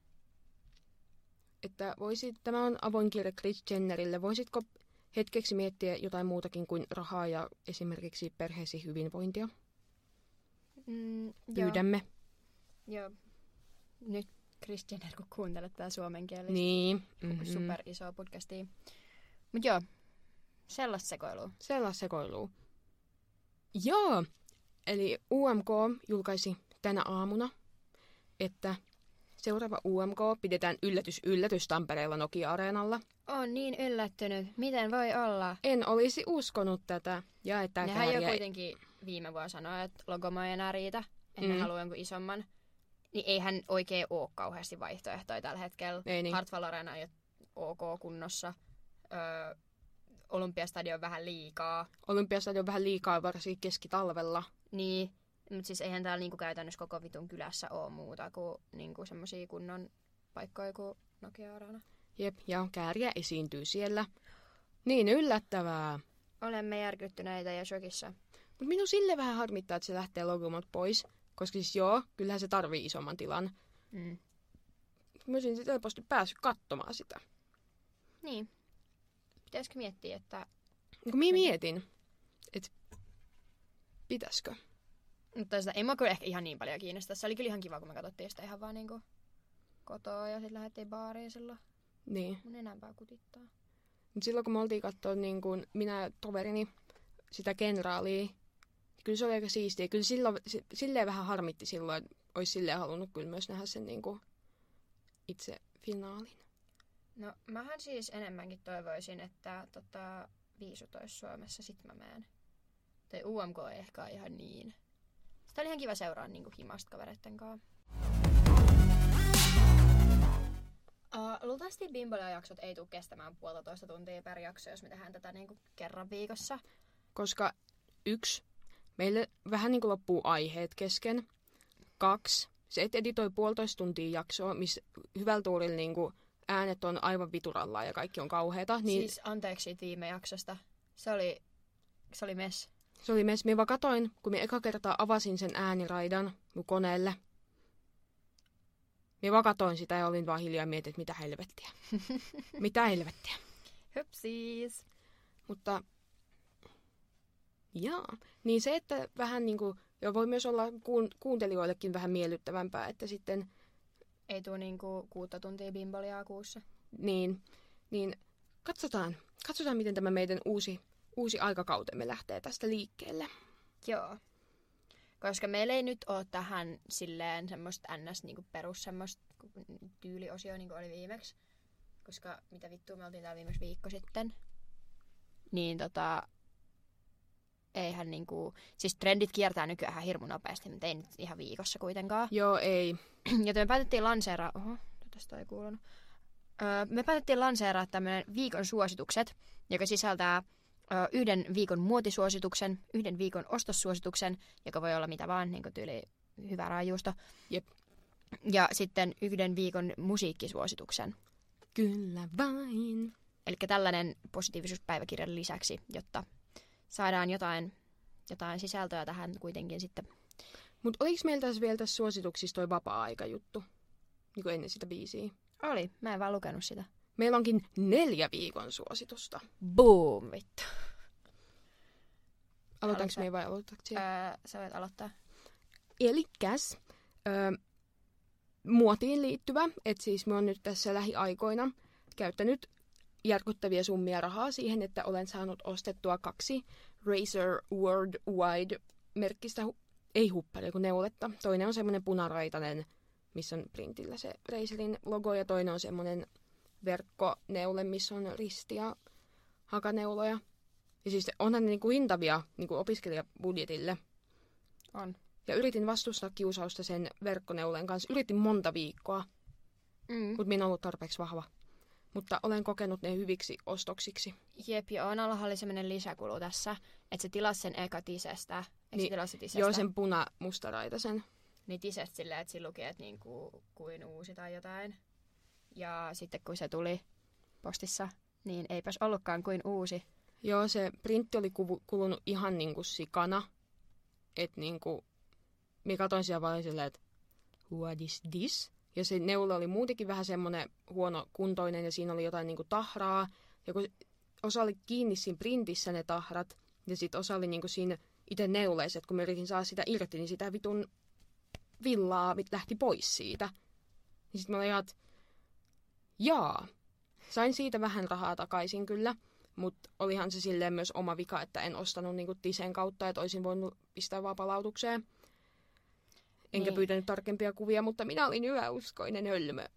Että voisit, tämä on avoin kirja Kris Jennerille. Voisitko hetkeksi miettiä jotain muutakin kuin rahaa ja esimerkiksi perheesi hyvinvointia? Mm, Pyydämme. Joo. joo. Nyt Kris Jenner, kun kuuntelet tää suomenkielistä. Niin. Mm-hmm. Super iso podcastia. Mut joo, sellaista sekoilua. Sellaista sekoilua. Joo. Eli U M K julkaisi tänä aamuna, että seuraava U M K pidetään yllätys yllätys Tampereella Nokia-areenalla. On niin yllättynyt. Miten voi olla? En olisi uskonut tätä. Ja että Nehän kääriä... jo kuitenkin viime vuonna sanoi, että logoma ei enää riitä. Että Mm. ne haluaa jonkun isomman. Niin eihän oikein ole kauheasti vaihtoehtoja tällä hetkellä. Ei niin. Hartwall Arena on jo ok kunnossa. Öö, Olympiastadion vähän liikaa. Olympiastadion vähän liikaa varsinkin keskitalvella. Niin, mutta siis eihän täällä niinku käytännössä koko vitun kylässä ole muuta kuin niinku semmosia kunnon paikkoja kuin Nokia-arena. Jep, ja kääriä esiintyy siellä. Niin yllättävää. Olemme järkyttyneitä ja shokissa. Mutta minun sille vähän harmittaa, että se lähtee Logomot pois. Koska siis joo, kyllähän se tarvii isomman tilan. Mm. Mä olisin sitten helposti päässyt katsomaan sitä. Niin. Pitäisikö miettiä, että... Kun minä mietin, että pitäisikö. Mutta sitä ei mua kyllä ehkä ihan niin paljon kiinnosta. Se oli kyllä ihan kiva, kun me katsottiin sitä ihan vaan niinku kotoa ja sitten lähdettiin baariin silloin. Niin. Mun enempää kutittaa. Mut silloin kun me oltiin katsoa niin kun minä ja toverini sitä kenraalia, kyllä se oli aika siistiä. Kyllä silloin, silleen vähän harmitti silloin, että olisi silleen halunnut kyllä myös nähdä sen niin kuin itse finaalin. No mähän siis enemmänkin toivoisin, että tota, viisut olisi Suomessa, sit mä menen. Tai U M K ei ehkä ole ihan niin. Sitä oli ihan kiva seuraa niinku himasta kavereitten kanssa. Uh, luultavasti Bimbolia-jaksot ei tule kestämään puolitoista tuntia per jakso, jos me tehdään tätä niinku kerran viikossa. Koska yksi, meille vähän niin kuin loppuu aiheet kesken. Kaksi, se et editoi puolitoista tuntia jaksoa, missä hyvällä tuurilla niin kuin äänet on aivan vituralla ja kaikki on kauheata. Niin Siis anteeksi siitä viime jaksosta. Se oli, se oli mess. se oli mes. Minä vaan katoin, kun minä eka kertaa avasin sen ääniraidan mun koneelle. Minä vaan katoin sitä ja olin vaan hiljaa ja mietin, että mitä helvettiä. mitä helvettiä. Hupsiis. Mutta jaa. Niin se, että vähän niin kuin, ja voi myös olla kuun, kuuntelijoillekin vähän miellyttävämpää, että sitten Ei tuu niinku kuutta tuntia Bimboliaa kuussa. niin, niin katsotaan, katsotaan miten tämä meidän uusi, uusi aikakautemme lähtee tästä liikkeelle. Joo. Koska meillä ei nyt ole tähän silleen semmoista ns. Niinku perus semmoista tyyliosio niinku oli viimeksi. Koska mitä vittua me oltiin täällä viimeksi viikko sitten. Niin tota... Eihän niinku... Siis trendit kiertää nykyään hirmu nopeasti, mutta ei nyt ihan viikossa kuitenkaan. Joo, ei. Joten me päätettiin lanseeraa... Oho, tästä ei kuulunut. Öö, me päätettiin lanseeraa tämmönen viikon suositukset, joka sisältää ö, yhden viikon muotisuosituksen, yhden viikon ostossuosituksen, joka voi olla mitä vaan, niin kuin tyyli hyvä raajuusto. Jep. Ja sitten yhden viikon musiikkisuosituksen. Kyllä vain. Eli tällainen positiivisuuspäiväkirjan lisäksi, jotta saadaan jotain, jotain sisältöä tähän kuitenkin sitten. Mutta oliko meillä tässä vielä tässä suosituksissa toi vapaa-aikajuttu? Niin kuin ennen sitä biisiä. Oli, mä en vaan lukenut sitä. Meillä onkin neljä viikon suositusta. Boom, vittu. Aloitanko Aloita. me vai aloitatko sinä? Öö, sä voit aloittaa. Elikäs, öö, muotiin liittyvä, että siis mä oon nyt tässä lähiaikoina käyttänyt järkyttäviä summia rahaa siihen, että olen saanut ostettua kaksi Razer Worldwide-merkkistä, hu- ei hupparia, kun neuletta. Toinen on semmoinen punaraitainen, missä on printillä se Razerin logo, ja toinen on semmoinen verkkoneule, missä on risti ja hakaneuloja. Ja siis onhan ne niinku hintavia niinku opiskelijabudjetille. On. Ja yritin vastustaa kiusausta sen verkkoneulen kanssa. Yritin monta viikkoa, Mm. mutta minä en ollut tarpeeksi vahva. Mutta olen kokenut ne hyviksi ostoksiksi. Jep, ja Onalla oli semmoinen lisäkulu tässä, että se tilasi sen eka tisestä. Eikö Niin, se tilasi se tisestä? Joo, sen puna-mustaraitasen. Niin tisestä silleen, että siinä luki, että niinku, kuin uusi tai jotain. Ja sitten kun se tuli postissa, niin eipäs ollutkaan kuin uusi. Joo, se printti oli kuvu- kulunut ihan niinku sikana. Että niinku, minä katsoin siellä vaan silleen, että what is this? Ja se neula oli muutenkin vähän semmoinen huonokuntoinen ja siinä oli jotain niinku tahraa. Ja kun osa oli kiinni siinä printissä ne tahrat ja sitten osa oli niinku siinä itse neuleissa, että kun mä yritin saada sitä irti, niin sitä vitun villaa lähti pois siitä. Niin sitten mä olin ihan, että jaa. Sain siitä vähän rahaa takaisin kyllä, mutta olihan se silleen myös oma vika, että en ostanut niinku Tisen kautta, että olisin voinut pistää vaan palautukseen. Enkä Niin. pyytänyt tarkempia kuvia, mutta minä olin hyväuskoinen hölmö.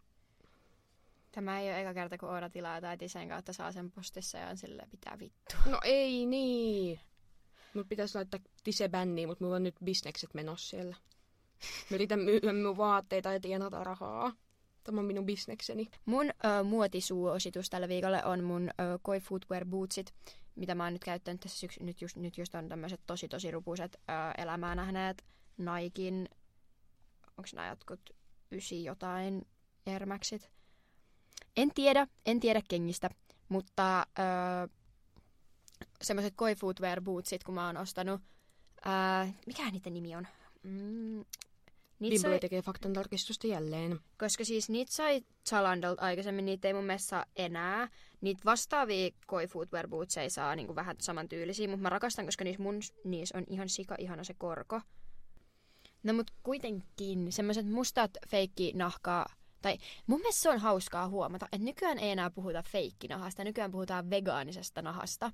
Tämä ei ole eka kerta, kun Oona tilaa tai Tisen kautta saa sen postissa ja on silleen pitää vittu. No ei niin. Mut pitäisi laittaa Tise bänniin, mutta mulla on nyt bisnekset menossa siellä. Mä yritän myydä mun vaatteita ja tienata rahaa. Tämä on minun bisnekseni. Mun ö, muotisuositus tällä viikolla on mun ö, Koi Footwear Bootsit, mitä mä oon nyt käyttänyt tässä syksy. Nyt just, nyt just on tämmöiset tosi tosi rupuiset ö, elämää nähneet Naikin, onks nää jotkut ysi jotain Air Maxit? En tiedä, en tiedä kengistä, mutta ö, semmoiset Koi Footwear Bootsit, kun mä oon ostanut, ö, mikä niiden nimi on? Mm, niitä Bimbole sai, tekee faktan tarkistusta jälleen. koska siis niitä sai Zalandolta aikaisemmin, niitä ei mun mielestä enää. Niitä vastaavia Koi Footwear Bootseja saa niinku vähän samantyylisiä, mutta mä rakastan, koska niissä mun niissä on ihan sika ihana se korko. No mut kuitenkin semmoiset mustat feikkinahkaa, tai mun mielestä se on hauskaa huomata, että nykyään ei enää puhuta feikkinahasta, nykyään puhutaan vegaanisesta nahasta.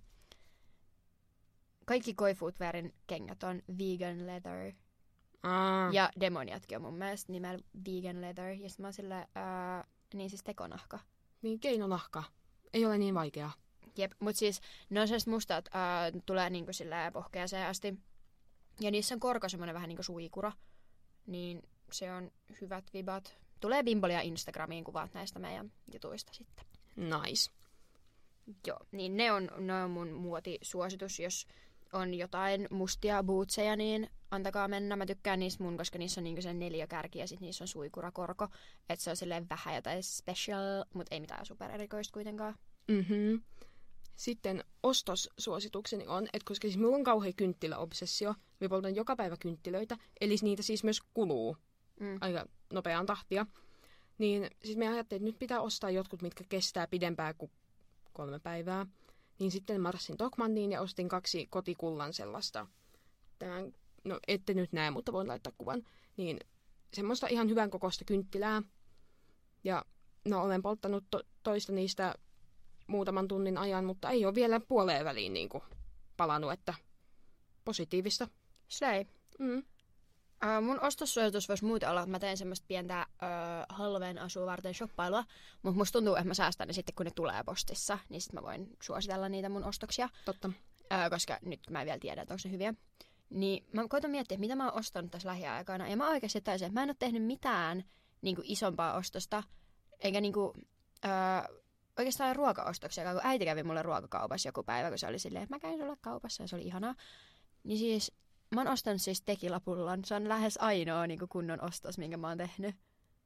Kaikki Koi Footwearin kengät on vegan leather. Aa. Ja demoniatkin on mun mielestä nimellä vegan leather. Ja sit mä oon silleen, ää, niin siis tekonahka. Niin keinonahka. Ei ole niin vaikeaa. Jep, mut siis ne on sellaiset mustat, ää, tulee niinku silleen pohkeaseen asti. Ja niissä on korko semmonen vähän niinku suikura. Niin se on hyvät vibat. Tulee Bimbolia Instagramiin kuvat näistä meidän jutuista sitten. Nice. Joo, niin ne on, ne on mun muotisuositus, jos on jotain mustia bootseja, niin antakaa mennä. Mä tykkään niistä mun, koska niissä on niinku se neliökärki ja sit niissä on suikurakorko. Että se on silleen vähän jotain special, mutta ei mitään supererikoista kuitenkaan. Mhm. Sitten ostossuositukseni on, että koska siis mulla on kauhean kynttiläobsessio, mä poltan joka päivä kynttilöitä, eli niitä siis myös kuluu Mm. aika nopeaan tahtia, niin siis me ajattelin, että nyt pitää ostaa jotkut, mitkä kestää pidempään kuin kolme päivää. Niin sitten marssin Tokmanniin ja ostin kaksi kotikullan sellaista, tämän, no ette nyt näe, mutta voin laittaa kuvan, niin semmoista ihan hyvän kokoista kynttilää. Ja no olen polttanut to- toista niistä muutaman tunnin ajan, mutta ei ole vielä puoleen väliin niin kuin palannut, että positiivista. Slay. Mm. Uh, mun ostossuositus voisi muuten olla, että mä teen semmoista pientä uh, halveen asua varten shoppailua, mutta musta tuntuu, että mä säästän ne sitten, kun ne tulee postissa, niin sitten mä voin suositella niitä mun ostoksia, Totta. uh, koska nyt mä en vielä tiedä, että onko ne hyviä. Niin mä koitan miettiä, mitä mä oon ostanut tässä lähiaikana, ja mä oikeasti taisin, että mä en ole tehnyt mitään niin kuin isompaa ostosta, eikä niin kuin, uh, oikeastaan ruokaostoksia, kun äiti kävi mulle ruokakaupassa joku päivä, kun se oli silleen, että mä käyn sulle kaupassa, ja se oli ihanaa. Niin siis mä oon ostanut siis tekilapullon. Se on lähes ainoa niin kuin kunnon ostos, minkä mä oon tehnyt.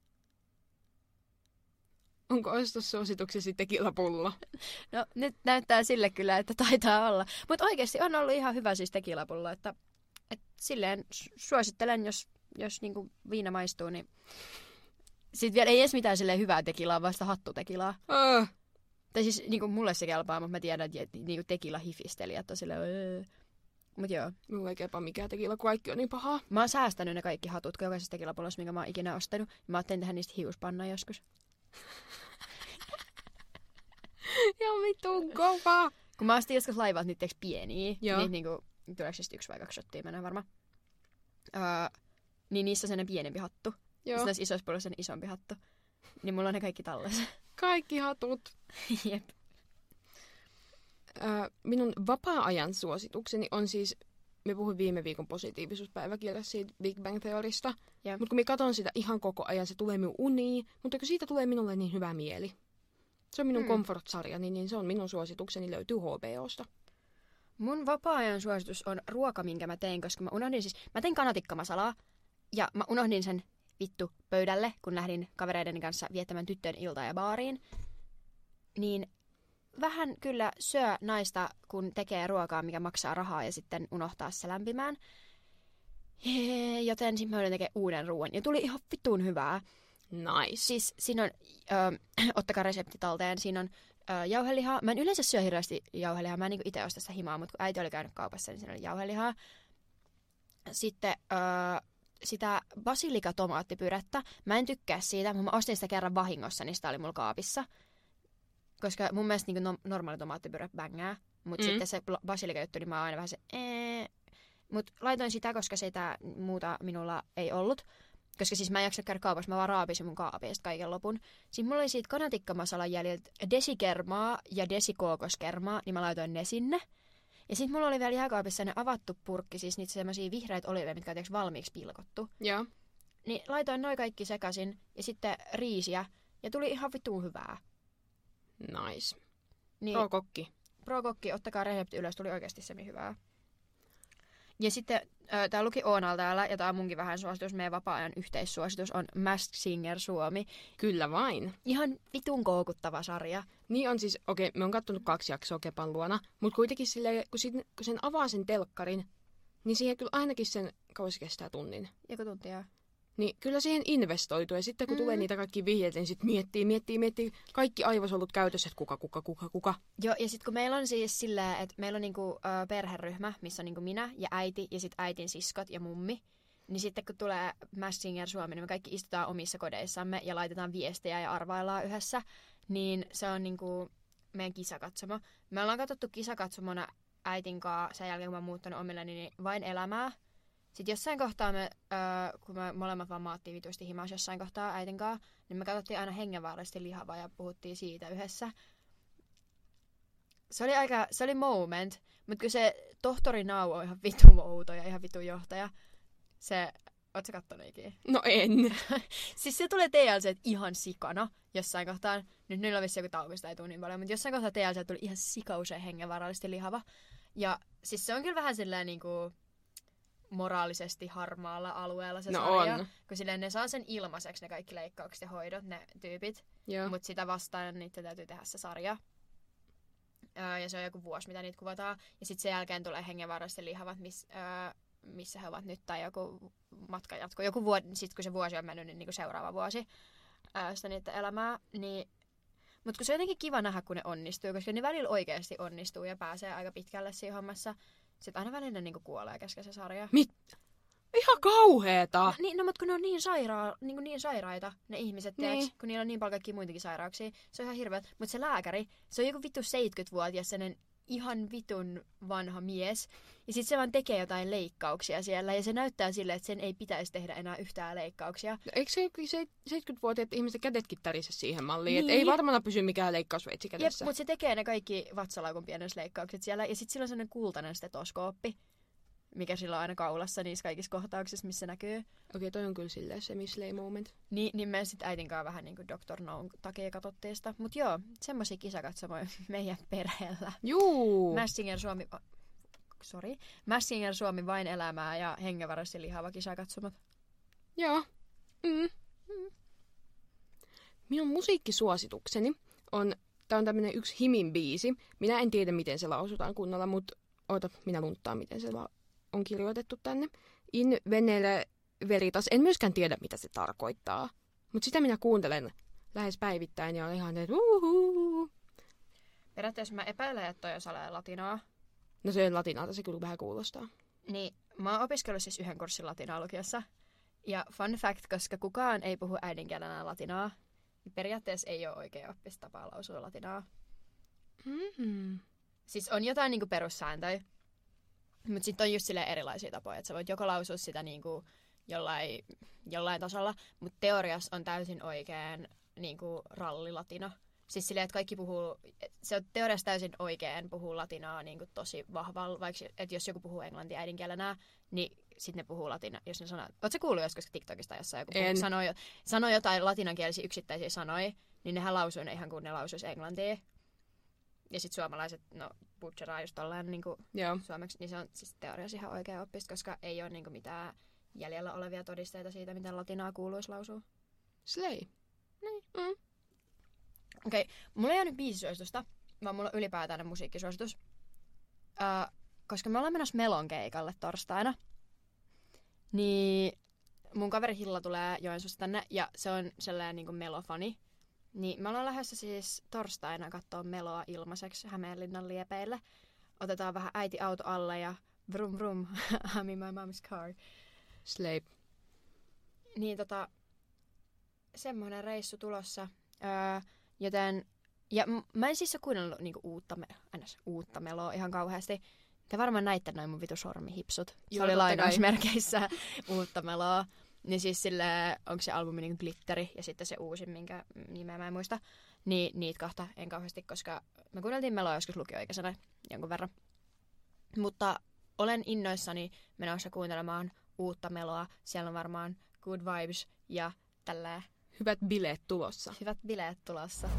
Onko ostossuosituksesi tekilapullo? No nyt näyttää sille kyllä, että taitaa olla. Mutta oikeasti on ollut ihan hyvä siis tekilapullo. Että, että silleen suosittelen, jos, jos niin kuin viina maistuu, niin sitten vielä ei edes mitään silleen hyvää tekilaa, vasta hattutekilaa. Uh. Tai siis niin kuin mulle se kelpaa, mutta mä tiedän, että niin kuin tekila-hifistelijät on silleen... Öö. Mut joo. Mulla ei kelpaa mikään tekila, kun kaikki on niin pahaa. Mä oon säästänyt ne kaikki hatut jokaisessa tekilapullossa, minkä mä oon ikinä ostanut. Mä ajattelin tehdä niistä hiuspanna joskus. Ja vitun kova! Kun mä ostin joskus laivat niitä pieniä, Joo. niin niinku, tuleeko siis yksi vai kaksi shottia, mä en ole varma. Öö, niin niissä on sellainen pienempi hattu. Ja Joo. sitten näissä isoissa pulloissa on isompi hattu. Niin mulla on ne kaikki tallessa. Kaikki hatut. Jep. Äh, minun vapaa-ajan suositukseni on siis, me puhuin viime viikon positiivisuuspäiväkirjassa siitä Big Bang Theorista, Jep. mutta kun mä katson sitä ihan koko ajan, se tulee minun uniin, mutta kun siitä tulee minulle niin hyvä mieli. Se on minun Mm. comfort-sarjani, niin se on minun suositukseni, löytyy H B O:sta. Mun vapaa-ajan suositus on ruoka, minkä mä tein, koska mä unohdin siis, mä tein kanatikkamasalaa, ja mä unohdin sen vittu pöydälle, kun lähdin kavereiden kanssa viettämään tyttöjen iltaa ja baariin. Niin vähän kyllä syö naista, kun tekee ruokaa, mikä maksaa rahaa ja sitten unohtaa se lämpimään. Jee, joten sitten mä joudun tekemään uuden ruoan. Ja tuli ihan vittuun hyvää. Nice. Siis siinä on, ö, ottakaa resepti talteen, siinä on ö, jauhelihaa. Mä en yleensä syö hirveästi jauhelihaa, mä en niinku itse osta sitä himaa, mutta kun äiti oli käynyt kaupassa, niin siinä oli jauhelihaa. Sitten ö, sitä basilikatomaattipyrettä. Mä en tykkää siitä, mutta mä ostin sitä kerran vahingossa, niin sitä oli mulla kaapissa. Koska mun mielestä niin no, normaali tomaattipyrä bängää, mutta Mm. sitten se basilikajuttu, niin mä oon aina vähän se ee. Mutta laitoin sitä, koska sitä muuta minulla ei ollut. koska siis mä en jaksa käydä kaupassa, mä vaan raapisin mun kaapeista kaiken lopun. Sitten mulla oli siitä kanatikkamasalan jäljiltä desikermaa ja desikookoskermaa, niin mä laitoin ne sinne. Ja sitten mulla oli vielä jääkaapissa sellainen avattu purkki, siis niitä semmosia vihreitä oliveja, mitkä on valmiiksi pilkottu. Joo. Niin laitoin noi kaikki sekaisin ja sitten riisiä ja tuli ihan vittuun hyvää. Nice. Niin, Pro-kokki. Pro-kokki, ottakaa resepti ylös, tuli oikeasti semi hyvää. Ja sitten äh, tää luki Oonalla täällä, ja tää on munkin vähän suositus, meidän vapaa-ajan yhteissuositus on Masked Singer Suomi. Kyllä vain. Ihan vitun koukuttava sarja. Niin on siis, okei, me on kattonut kaksi jaksoa Kepan luona, mutta kuitenkin silleen, kun, sit, kun sen avaa sen telkkarin, niin siihen kyllä ainakin sen kausi kestää tunnin. Joku tuntia. Niin kyllä siihen investoituu, ja sitten kun mm. tulee niitä kaikki vihjeitä, niin sitten miettii, miettii, miettii, kaikki aivosolut käytössä, että kuka, kuka, kuka, kuka. Joo, ja sitten kun meillä on siis silleen, että meillä on niinku, ö, perheryhmä, missä on niinku minä ja äiti, ja sitten äitin siskot ja mummi, niin sitten kun tulee Masked Singer Suomi, niin me kaikki istutaan omissa kodeissamme ja laitetaan viestejä ja arvaillaan yhdessä, niin se on niinku meidän kisakatsomo. Me ollaan katsottu kisakatsomona äitin kanssa sen jälkeen, kun mä oon muuttanut omilleni, niin vain elämää. Sitten jossain kohtaa, me, öö, kun me molemmat vaan maattiin vitusti himas jossain kohtaa äitin kanssa, niin me katsottiin aina hengenvaarallisesti lihavaa ja puhuttiin siitä yhdessä. Se oli aika, se oli moment, mutta kun se tohtori Nau on ihan vitun outo ja ihan vitun johtaja, se, oot sä kattonut ikinä? No en. Siis se tulee T L C ihan sikana jossain kohtaa, nyt niillä on vissi joku tauko, sitä ei tule niin paljon, mutta jossain kohtaa T L C tuli ihan sikauseen hengenvaarallisesti lihava. Ja siis se on kyllä vähän silleen niinku moraalisesti harmaalla alueella se no sarja. On. Kun silleen ne saa sen ilmaiseksi ne kaikki leikkaukset ja hoidot, ne tyypit. Mutta sitä vastaan niitä täytyy tehdä se sarja. Öö, ja se on joku vuosi, mitä niitä kuvataan. Ja sitten sen jälkeen tulee hengenvaarallisesti lihavat, miss, öö, missä he ovat nyt. Tai joku matka jatkuu. Joku vuosi, sit kun se vuosi on mennyt, niin niinku seuraava vuosi öö, sitä niitä elämää. Niin mutta kun se on jotenkin kiva nähdä, kun ne onnistuu, koska ne välillä oikeasti onnistuu ja pääsee aika pitkälle siinä hommassa. Sitten aina välillä ne niinku kuolee kesken se sarja. Mit? Ihan kauheeta! No, niin, no mutta kun ne on niin, saira- niin, niin sairaita, ne ihmiset, niin. tiiäks, kun niillä on niin paljon kaikkia muitakin sairauksia. Se on ihan hirveä. Mutta se lääkäri, se on joku vittu seitsemänkymmentävuotias, sellainen ihan vitun vanha mies. Ja sitten se vaan tekee jotain leikkauksia siellä. Ja se näyttää silleen, että sen ei pitäisi tehdä enää yhtään leikkauksia. No, eikö se seitsemänkymmentävuotiaat ihmiset kädetkin tärise siihen malliin? Niin. Että ei varmaan pysy mikään leikkausveitsi kädessä. Mutta se tekee ne kaikki vatsalaukun pienennysleikkaukset siellä. Ja sitten sillä on sellainen kultainen stetoskooppi, mikä sillä on aina kaulassa niissä kaikissa kohtauksissa, missä näkyy. Okei, toi on kyllä silleen semi-slay moment. Ni, niin me sitten äitin kanssa vähän niin kuin doktor Noun takia katsottiin sitä. Mut joo, semmosia kisakatsomoja meidän perheellä. Juu! Masked Singer Suomi... Sori. Masked Singer Suomi vain elämää ja hengenvaarallisesti lihava kisakatsomot. Joo. Mm. Mm. Minun musiikkisuositukseni on... Tää on tämmönen yksi Himin biisi. Minä en tiedä, miten se lausutaan kunnolla, mutta oota, minä lunttaan, miten se la- on kirjoitettu tänne. In venele veritas. En myöskään tiedä, mitä se tarkoittaa. Mutta sitä minä kuuntelen lähes päivittäin ja olen ihan, että uhuhu. Periaatteessa mä epäilen, että toi on salee latinaa. No se on latinaata, se kyllä vähän kuulostaa. Niin, mä oon opiskellut siis yhden kurssin latinaa lukiossa. Ja fun fact, koska kukaan ei puhu äidinkielenä latinaa, niin periaatteessa ei ole oikea oppistapa lausua latinaa. Mm-hmm. Siis on jotain niinku perussääntöjä, mutta sitten on just silleen erilaisia tapoja, että sä voit joko lausua sitä niinku jollain, jollain tasolla, mutta teoriassa on täysin oikein niinku rallilatina. Siis silleen, että kaikki puhuu, se on teoriassa täysin oikein puhuu latinaa niinku tosi vahvalla, vaikka että jos joku puhuu englantia äidinkielenä, niin sitten ne puhuu latina, jos ne sanoo. Ootko kuullut joskus TikTokista, jossa joku puhuu, sanoo, sanoo jotain latinankielisiä yksittäisiä sanoja, niin nehän lausuu ne ihan kuin ne lausuisi englantia. Ja sitten suomalaiset, no, butcheraa just tolleen niinku suomeksi, niin se on siis teoriassa ihan oikea oppista, koska ei ole niinku mitään jäljellä olevia todisteita siitä, miten latinaa kuuluisi lausua. Slay. Niin. Mm. Okei, okay. Mulla ei ole nyt biisisuositusta, vaan mulla on ylipäätään musiikkisuositus. Uh, koska me ollaan menossa Melon keikalle torstaina, niin mun kaveri Hilla tulee Joensuusta tänne, ja se on sellainen niinku melofani. Niin me ollaan lähdössä siis torstaina katsoa Meloa ilmaiseksi Hämeenlinnan liepeille. Otetaan vähän äiti auto alle ja vrum vrum, I'm in my mom's car. Slay. Niin tota, semmoinen reissu tulossa. Öö, joten, ja m- mä en siis ole kuunnellut niinku uutta, me- ns. uutta Meloa ihan kauheasti. Te varmaan näitte noin mun vitu sormihipsut. Se Joo, oli lainausmerkeissä uutta Meloa. Niin siis silleen, onko se albumi niinku Glitteri ja sitten se uusi, minkä nimeä mä en muista. Niin niitä kahta en kauheasti, koska me kuunneltiin Meloa joskus lukioikäisenä jonkun verran. Mutta olen innoissani menossa kuuntelemaan uutta Meloa. Siellä on varmaan good vibes ja tälleen. Hyvät bileet tulossa. Hyvät bileet tulossa.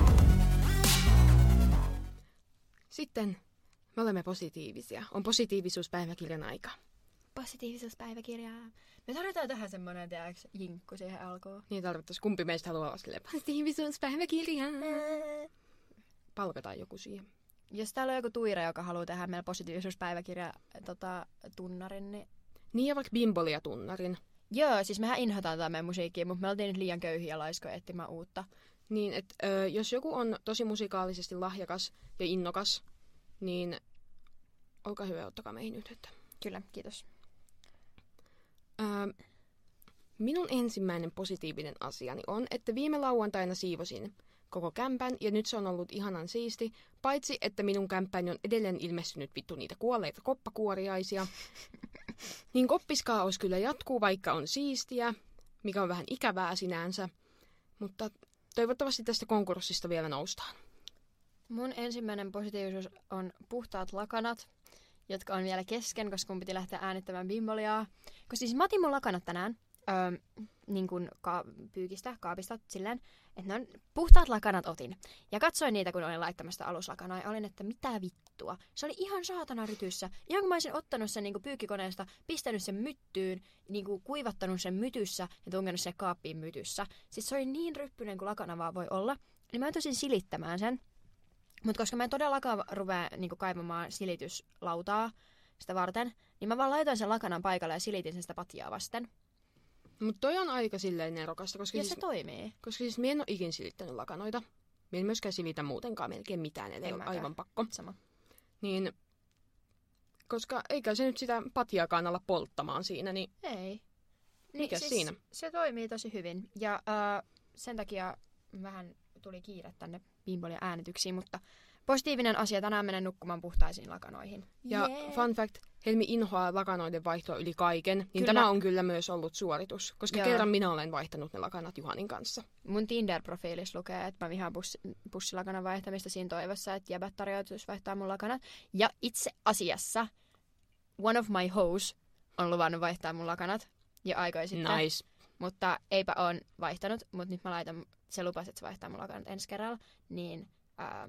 Sitten me olemme positiivisia. On positiivisuuspäiväkirjan aika. Positiivisuuspäiväkirjaa. Me tarvitaan tähän semmoinen, tiedäks, jinkku siihen alkuun. Niin tarvittaisiin. Kumpi meistä haluaa olla silleen positiivisuuspäiväkirjaa. Palkataan joku siihen. Jos täällä on joku tuire, joka haluaa tehdä meillä positiivisuuspäiväkirja tota, tunnarin, niin... Niin ja vaikka bimbolia tunnarin. Joo, siis mehän inhotaan tätä meidän musiikkia, mutta me oltiin nyt liian köyhiä ja laiskoja etsimään uutta. Niin, että ö, jos joku on tosi musikaalisesti lahjakas ja innokas, niin olkaa hyvä, ottakaa meihin yhteyttä. Kyllä, kiitos. Ö, minun ensimmäinen positiivinen asiani on, että viime lauantaina siivosin koko kämpän, ja nyt se on ollut ihanan siisti, paitsi että minun kämppäni on edelleen ilmestynyt vittu niitä kuolleita koppakuoriaisia. Niin koppiskaos kyllä jatkuu, vaikka on siistiä, mikä on vähän ikävää sinänsä, mutta toivottavasti tästä konkurssista vielä noustaan. Mun ensimmäinen positiivisuus on puhtaat lakanat, jotka on vielä kesken, koska mun piti lähteä äänittämään bimboliaa. Koska siis mä otin mun lakanat tänään öö, niin kuin ka- pyykistä, kaapista, silleen, että ne on puhtaat lakanat otin. Ja katsoin niitä, kun olin laittamassa aluslakanaa, ja olin, että mitä vittua. Se oli ihan saatana rytyssä. Ihan kun mä olisin ottanut sen niin kuin pyykkikoneesta, pistänyt sen myttyyn, niin kuin kuivattanut sen mytyssä ja tunkannut sen kaappiin mytyssä. Siis se oli niin ryppyinen kuin lakana vaan voi olla. Niin mä tosin silittämään sen. Mutta koska mä en todellakaan rupea niin kuin kaivamaan silityslautaa sitä varten, niin mä vaan laitoin sen lakanan paikalle ja silitin sen sitä patjaa vasten. Mutta toi on aika silleen nerokasta, koska, ja siis, se toimii. koska siis mä en ole ikin silittänyt lakanoita. Mä en myöskään silitä muutenkaan melkein mitään, eli on aivan pakko. Sama. Niin, koska eikä se nyt sitä patjaakaan alla polttamaan siinä, niin Ei. Niin, mikä siis siinä? Se toimii tosi hyvin. Ja äh, sen takia vähän tuli kiire tänne bimbolien äänityksiin, mutta positiivinen asia, tänään menen nukkumaan puhtaisiin lakanoihin. Ja yeah. fun fact, Helmi inhoaa lakanoiden vaihtoa yli kaiken, niin Kyllä. tämä on kyllä myös ollut suoritus, koska Joo. kerran minä olen vaihtanut ne lakanat Juhanin kanssa. Mun Tinder-profiilissa lukee, että mä vihaan pussi, pussilakanan vaihtamista siinä toivossa, että jäbät tarjoutuisi vaihtaa mun lakanat. Ja itse asiassa one of my hoes on luvannut vaihtaa mun lakanat jo aikoja sitten. Nice. Mutta eipä on vaihtanut, mutta nyt mä laitan, se lupasi, että se vaihtaa mun lakanat ensi kerralla, niin ää,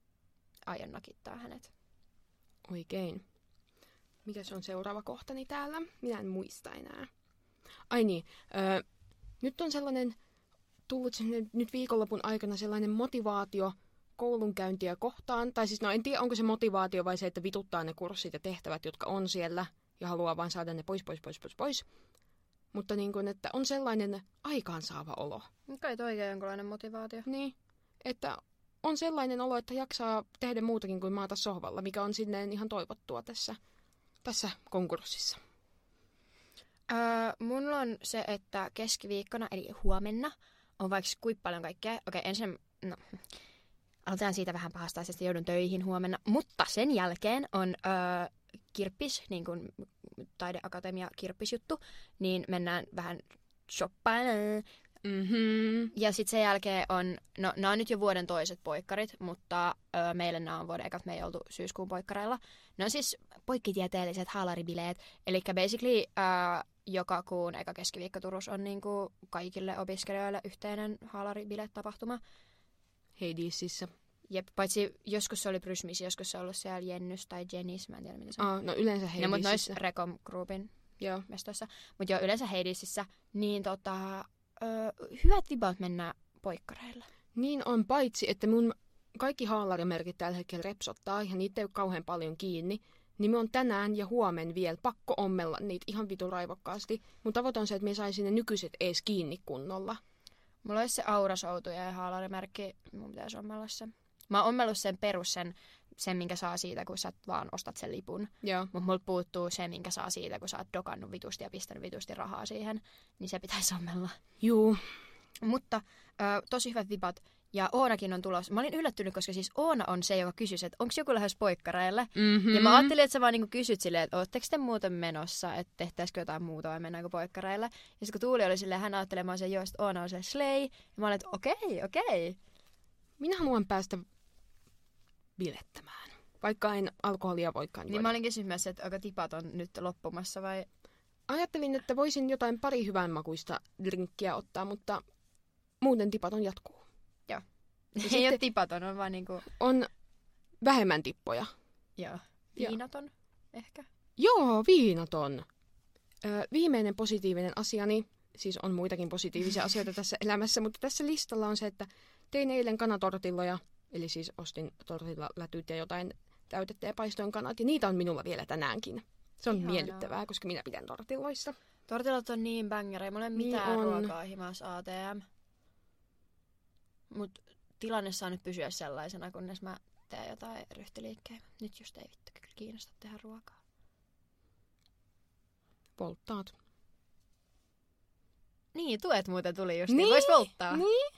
aion nakittaa hänet. Oikein. Mikä se on seuraava kohtani täällä? Minä en muista enää. Ai niin, öö, nyt on sellainen, tullut sellainen, nyt viikonlopun aikana sellainen motivaatio koulunkäyntiä kohtaan. Tai siis no en tiedä, onko se motivaatio vai se, että vituttaa ne kurssit ja tehtävät, jotka on siellä ja haluaa vaan saada ne pois, pois, pois, pois, pois. Mutta niin kuin, että on sellainen aikaansaava olo. Kai toikin jonkinlainen motivaatio. Niin, että on sellainen olo, että jaksaa tehdä muutakin kuin maata sohvalla, mikä on silleen ihan toivottua tässä, tässä konkurssissa. Öö, mulla on se, että keskiviikkona, eli huomenna, on vaikka kuinka paljon kaikkea. Okei, ensin, no, aloitetaan siitä vähän pahasta asiasta, joudun töihin huomenna. Mutta sen jälkeen on öö, kirppis, niin kuin taideakatemia kirppisjuttu, niin mennään vähän shoppailemaan. Mm-hmm. Ja sitten sen jälkeen on, no nämä on nyt jo vuoden toiset poikkarit, mutta ö, meille nämä on vuoden ekat, me ei oltu syyskuun poikkareilla. Ne on siis poikkitieteelliset haalaribileet, eli basically ö, joka kuun eka keskiviikko Turussa on niinku kaikille opiskelijoille yhteinen haalaribilet-tapahtuma. Heidisissä. Jep, paitsi joskus se oli Prysmis, joskus se on ollut siellä Jennys tai Jennis, mä en tiedä mitä se on. Ah, no yleensä No, Heidisissä. mutta noissa Recom Groupin Joo. mestoissa. Mutta joo, yleensä Heidisissä, niin tota... Öö, hyvät vibat mennä poikkareilla. Niin on, paitsi että mun kaikki haalarimerkit tällä hetkellä repsottaa ja niitä ei ole kauhean paljon kiinni, niin me on tänään ja huomen vielä pakko ommella niitä ihan vitun raivokkaasti. Mun tavoite on se, että me saisin ne nykyiset ees kiinni kunnolla. Mulla olisi se aurasoutuja ja haalarimerkki, mun pitäisi ommella se. Mä oon ommellut sen perus, sen, sen minkä saa siitä, kun sä vaan ostat sen lipun. Joo. Mut mulla puuttuu se, minkä saa siitä, kun sä oot dokannut vitusti ja pistänyt vitusti rahaa siihen. Niin se pitäisi ommella. Juu. Mutta ö, tosi hyvät vibat. Ja Oonakin on tulossa. Mä olin yllättynyt, koska siis Oona on se, joka kysyisi, että onko joku lähes poikkareille. Mm-hmm. Ja mä ajattelin, että sä vaan niinku kysyt silleen, että ootteko te muuten menossa, että tehtäisikö jotain muuta vai mennäänkö poikkareille. Ja sitten kun Tuuli oli silleen, hän ajattelemaan sen joo, että Oona on se slay. Ja mä olin, että okei, okei. Minä haluan päästä bilettämään, vaikka en alkoholia voikaan juoda. Niin mä olin kysymässä, että onko tipat on nyt loppumassa vai... Ajattelin, että voisin jotain pari hyvänmakuista drinkkiä ottaa, mutta muuten tipaton jatkuu. Joo. Ja Ei sitten ole tipaton, on vaan niinku... on vähemmän tippoja. Joo. Viinaton ehkä. Joo, viinaton. Ö, viimeinen positiivinen asiani, siis on muitakin positiivisia asioita tässä elämässä, mutta tässä listalla on se, että tein eilen kanatortilloja, eli siis ostin tortillalätyt ja jotain täytettä ja paistoin kanat, ja niitä on minulla vielä tänäänkin. Se on Ihanaa. Miellyttävää, koska minä pidän tortilloista. Tortillat on niin bängereitä, mulla ei ole Niin mitään on. ruokaa himas A T M. Mut tilanne saa nyt pysyä sellaisena, kunnes mä teen jotain ryhtiliikkeitä. Nyt just ei vittu kyllä kiinnosta tehdä ruokaa. Polttaat. Niin, tuet muuten tuli just. Niin, Vois polttaa. Niin.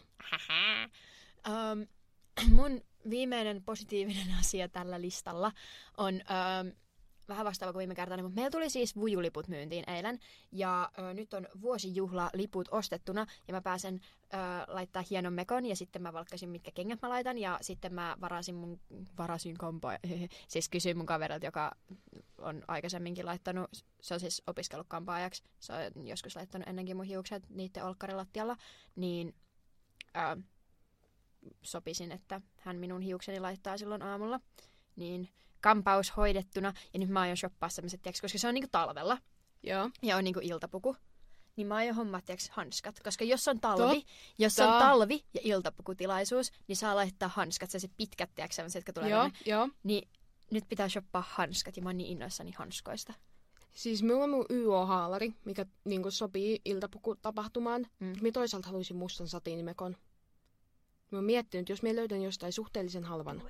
um, mun viimeinen positiivinen asia tällä listalla on um, vähän vastaava kuin viime kertaa, mutta meillä tuli siis vujuliput myyntiin eilen. Ja ö, nyt on vuosijuhlaliput ostettuna ja mä pääsen ö, laittaa hienon mekon ja sitten mä valkkasin mitkä kengät mä laitan ja sitten mä varasin mun, varasin kampaa, siis kysyin mun kaverilta, joka on aikaisemminkin laittanut, se on siis opiskellut kampaajaksi, se on joskus laittanut ennenkin mun hiukset niiden olkkarilattialla, niin ö, sopisin, että hän minun hiukseni laittaa silloin aamulla, niin kampaus hoidettuna, ja nyt mä aion shoppaa sellaiset, tiiäks, koska se on niinku talvella, Joo. ja on niinku iltapuku, niin mä aion hommaa, tiiäks, hanskat, koska jos on talvi, Totta. jos on talvi ja iltapukutilaisuus, niin saa laittaa hanskat, sellaiset pitkät, tiiäks, sellaiset, jotka tulee Joo, tänne. joo. Niin nyt pitää shoppaa hanskat, ja mä oon niin innoissani hanskoista. Siis minulla on mun Y O-haalari, mikä niinku sopii iltapukutapahtumaan. Mm. Minä toisaalta haluaisin mustan satiinimekon. Mä oon miettinyt, jos minä löydän jostain suhteellisen halvan...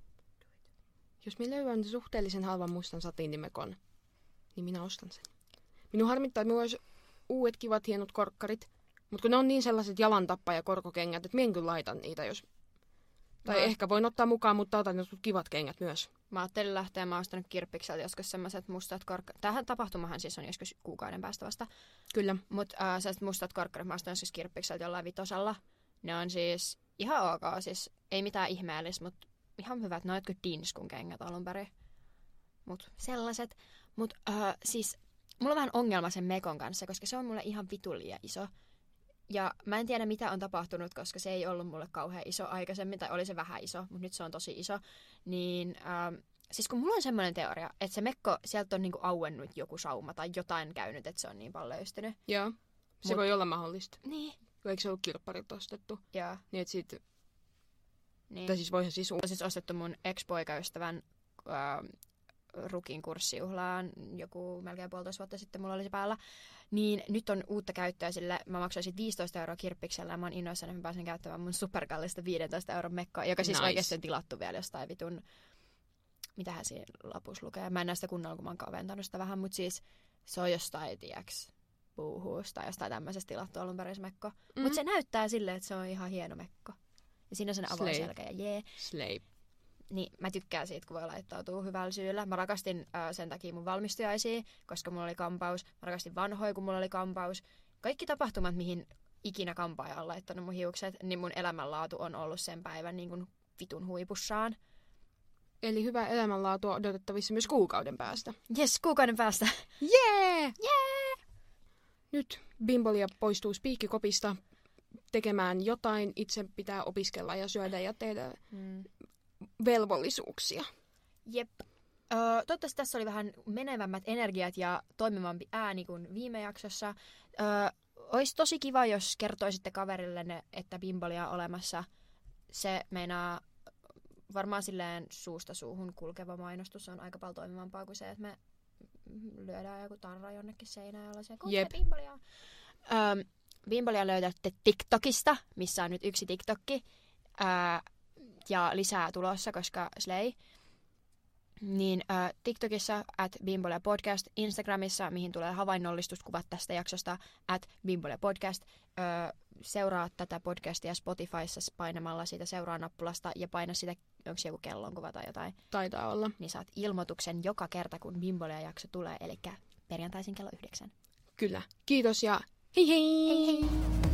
Jos minä löydän suhteellisen halvan mustan satiinimekon, niin minä ostan sen. Minun harmittaa, että minulla olisi uudet kivat hienot korkkarit, mutta kun ne on niin sellaiset jalantappa- ja korkokengät, että minä en kyllä laitan niitä, jos... Tai Mä- ehkä voin ottaa mukaan, mutta otan jotkut kivat kengät myös. Mä ajattelin lähteä, mä oon ostanut kirppikseltä joskus semmoiset mustat korkkarit. Tähän tapahtumahan siis on joskus kuukauden päästä vasta. Kyllä. Mutta äh, sellaiset mustat korkkarit mä oon ostanut joskus kirppikseltä jollain vitosalla. Ne on siis ihan ok, siis ei mitään ihmeellistä, mutta ihan hyvät. Ne on jotkut Dinskun kengät alun perin. Mut sellaiset. Mut äh, siis mulla on vähän ongelma sen mekon kanssa, koska se on mulle ihan vitullia iso. Ja mä en tiedä mitä on tapahtunut, koska se ei ollut mulle kauhean iso aikaisemmin, tai oli se vähän iso, mutta nyt se on tosi iso. Niin ähm, siis kun mulla on semmoinen teoria, että se mekko, sieltä on niinku auennut joku sauma tai jotain käynyt, että se on niin paljon löystynyt. Joo. Se Mut- voi olla mahdollista. Niin. Eikö se ollut kirpparit ostettu? Joo. Niin, että sit... Niin. Tai siis voihan siis... On siis ostettu mun ex-poikaystävän äh, rukin kurssijuhlaan joku melkein puolitoista vuotta sitten mulla oli se päällä. Niin nyt on uutta käyttöä sille. Mä maksoisin viisitoista euroa kirppiksellä ja mä oon innoissani, että mä pääsen käyttämään mun superkallista viisitoista euron mekkoa, joka siis Nice. oikeasti on tilattu vielä jostain vitun... Mitähän siinä lapussa lukee? Mä en näe sitä kunnolla, kun mä oon kaventanut sitä vähän, mutta siis se on jostain, tiiäks, puuhuusta tai jostain tämmöisestä tilattu alun perin se mekko. Mm. Mutta se näyttää silleen, että se on ihan hieno mekko. Ja siinä on sen avoin Slay. selkä ja jee. Slay. Niin mä tykkään siitä, kun voi laittautua hyvällä syyllä. Mä rakastin äh, sen takia mun valmistujaisia, koska mulla oli kampaus. Mä rakastin vanhoja, kun mulla oli kampaus. Kaikki tapahtumat, mihin ikinä kampaaja on laittanut mun hiukset, niin mun elämänlaatu on ollut sen päivän niin kuin vitun huipussaan. Eli hyvää elämänlaatua odotettavissa myös kuukauden päästä. Jes, kuukauden päästä. Jee! Jee! Nyt Bimbolia poistuu spiikkikopista tekemään jotain. Itse pitää opiskella ja syödä ja tehdä Mm. velvollisuuksia. Jep. Öö, toivottavasti tässä oli vähän menevämmät energiat ja toimivampi ääni kuin viime jaksossa. Öö, olisi tosi kiva, jos kertoisitte kaverillenne, että Bimbolia on olemassa. Se meinaa varmaan silleen suusta suuhun kulkeva mainostus on aika paljon toimivampaa kuin se, että me lyödään joku tarra jonnekin seinään ja ollaan Jep. Bimbolia. Öö, Bimbolia löydätte TikTokista, missä on nyt yksi TikTokki. Öö, ja lisää tulossa, koska Slay. Niin äh, TikTokissa at Bimbolia Podcast, Instagramissa, mihin tulee havainnollistuskuvat tästä jaksosta, at Bimbolia Podcast. Äh, seuraa tätä podcastia Spotifyssa painamalla siitä seuraa-nappulasta ja paina sitä, onko se joku kellonkuva tai jotain. Taitaa olla. Niin saat ilmoituksen joka kerta, kun Bimbolia jakso tulee, eli perjantaisin kello yhdeksän. Kyllä. Kiitos ja hei hei! Hei hei!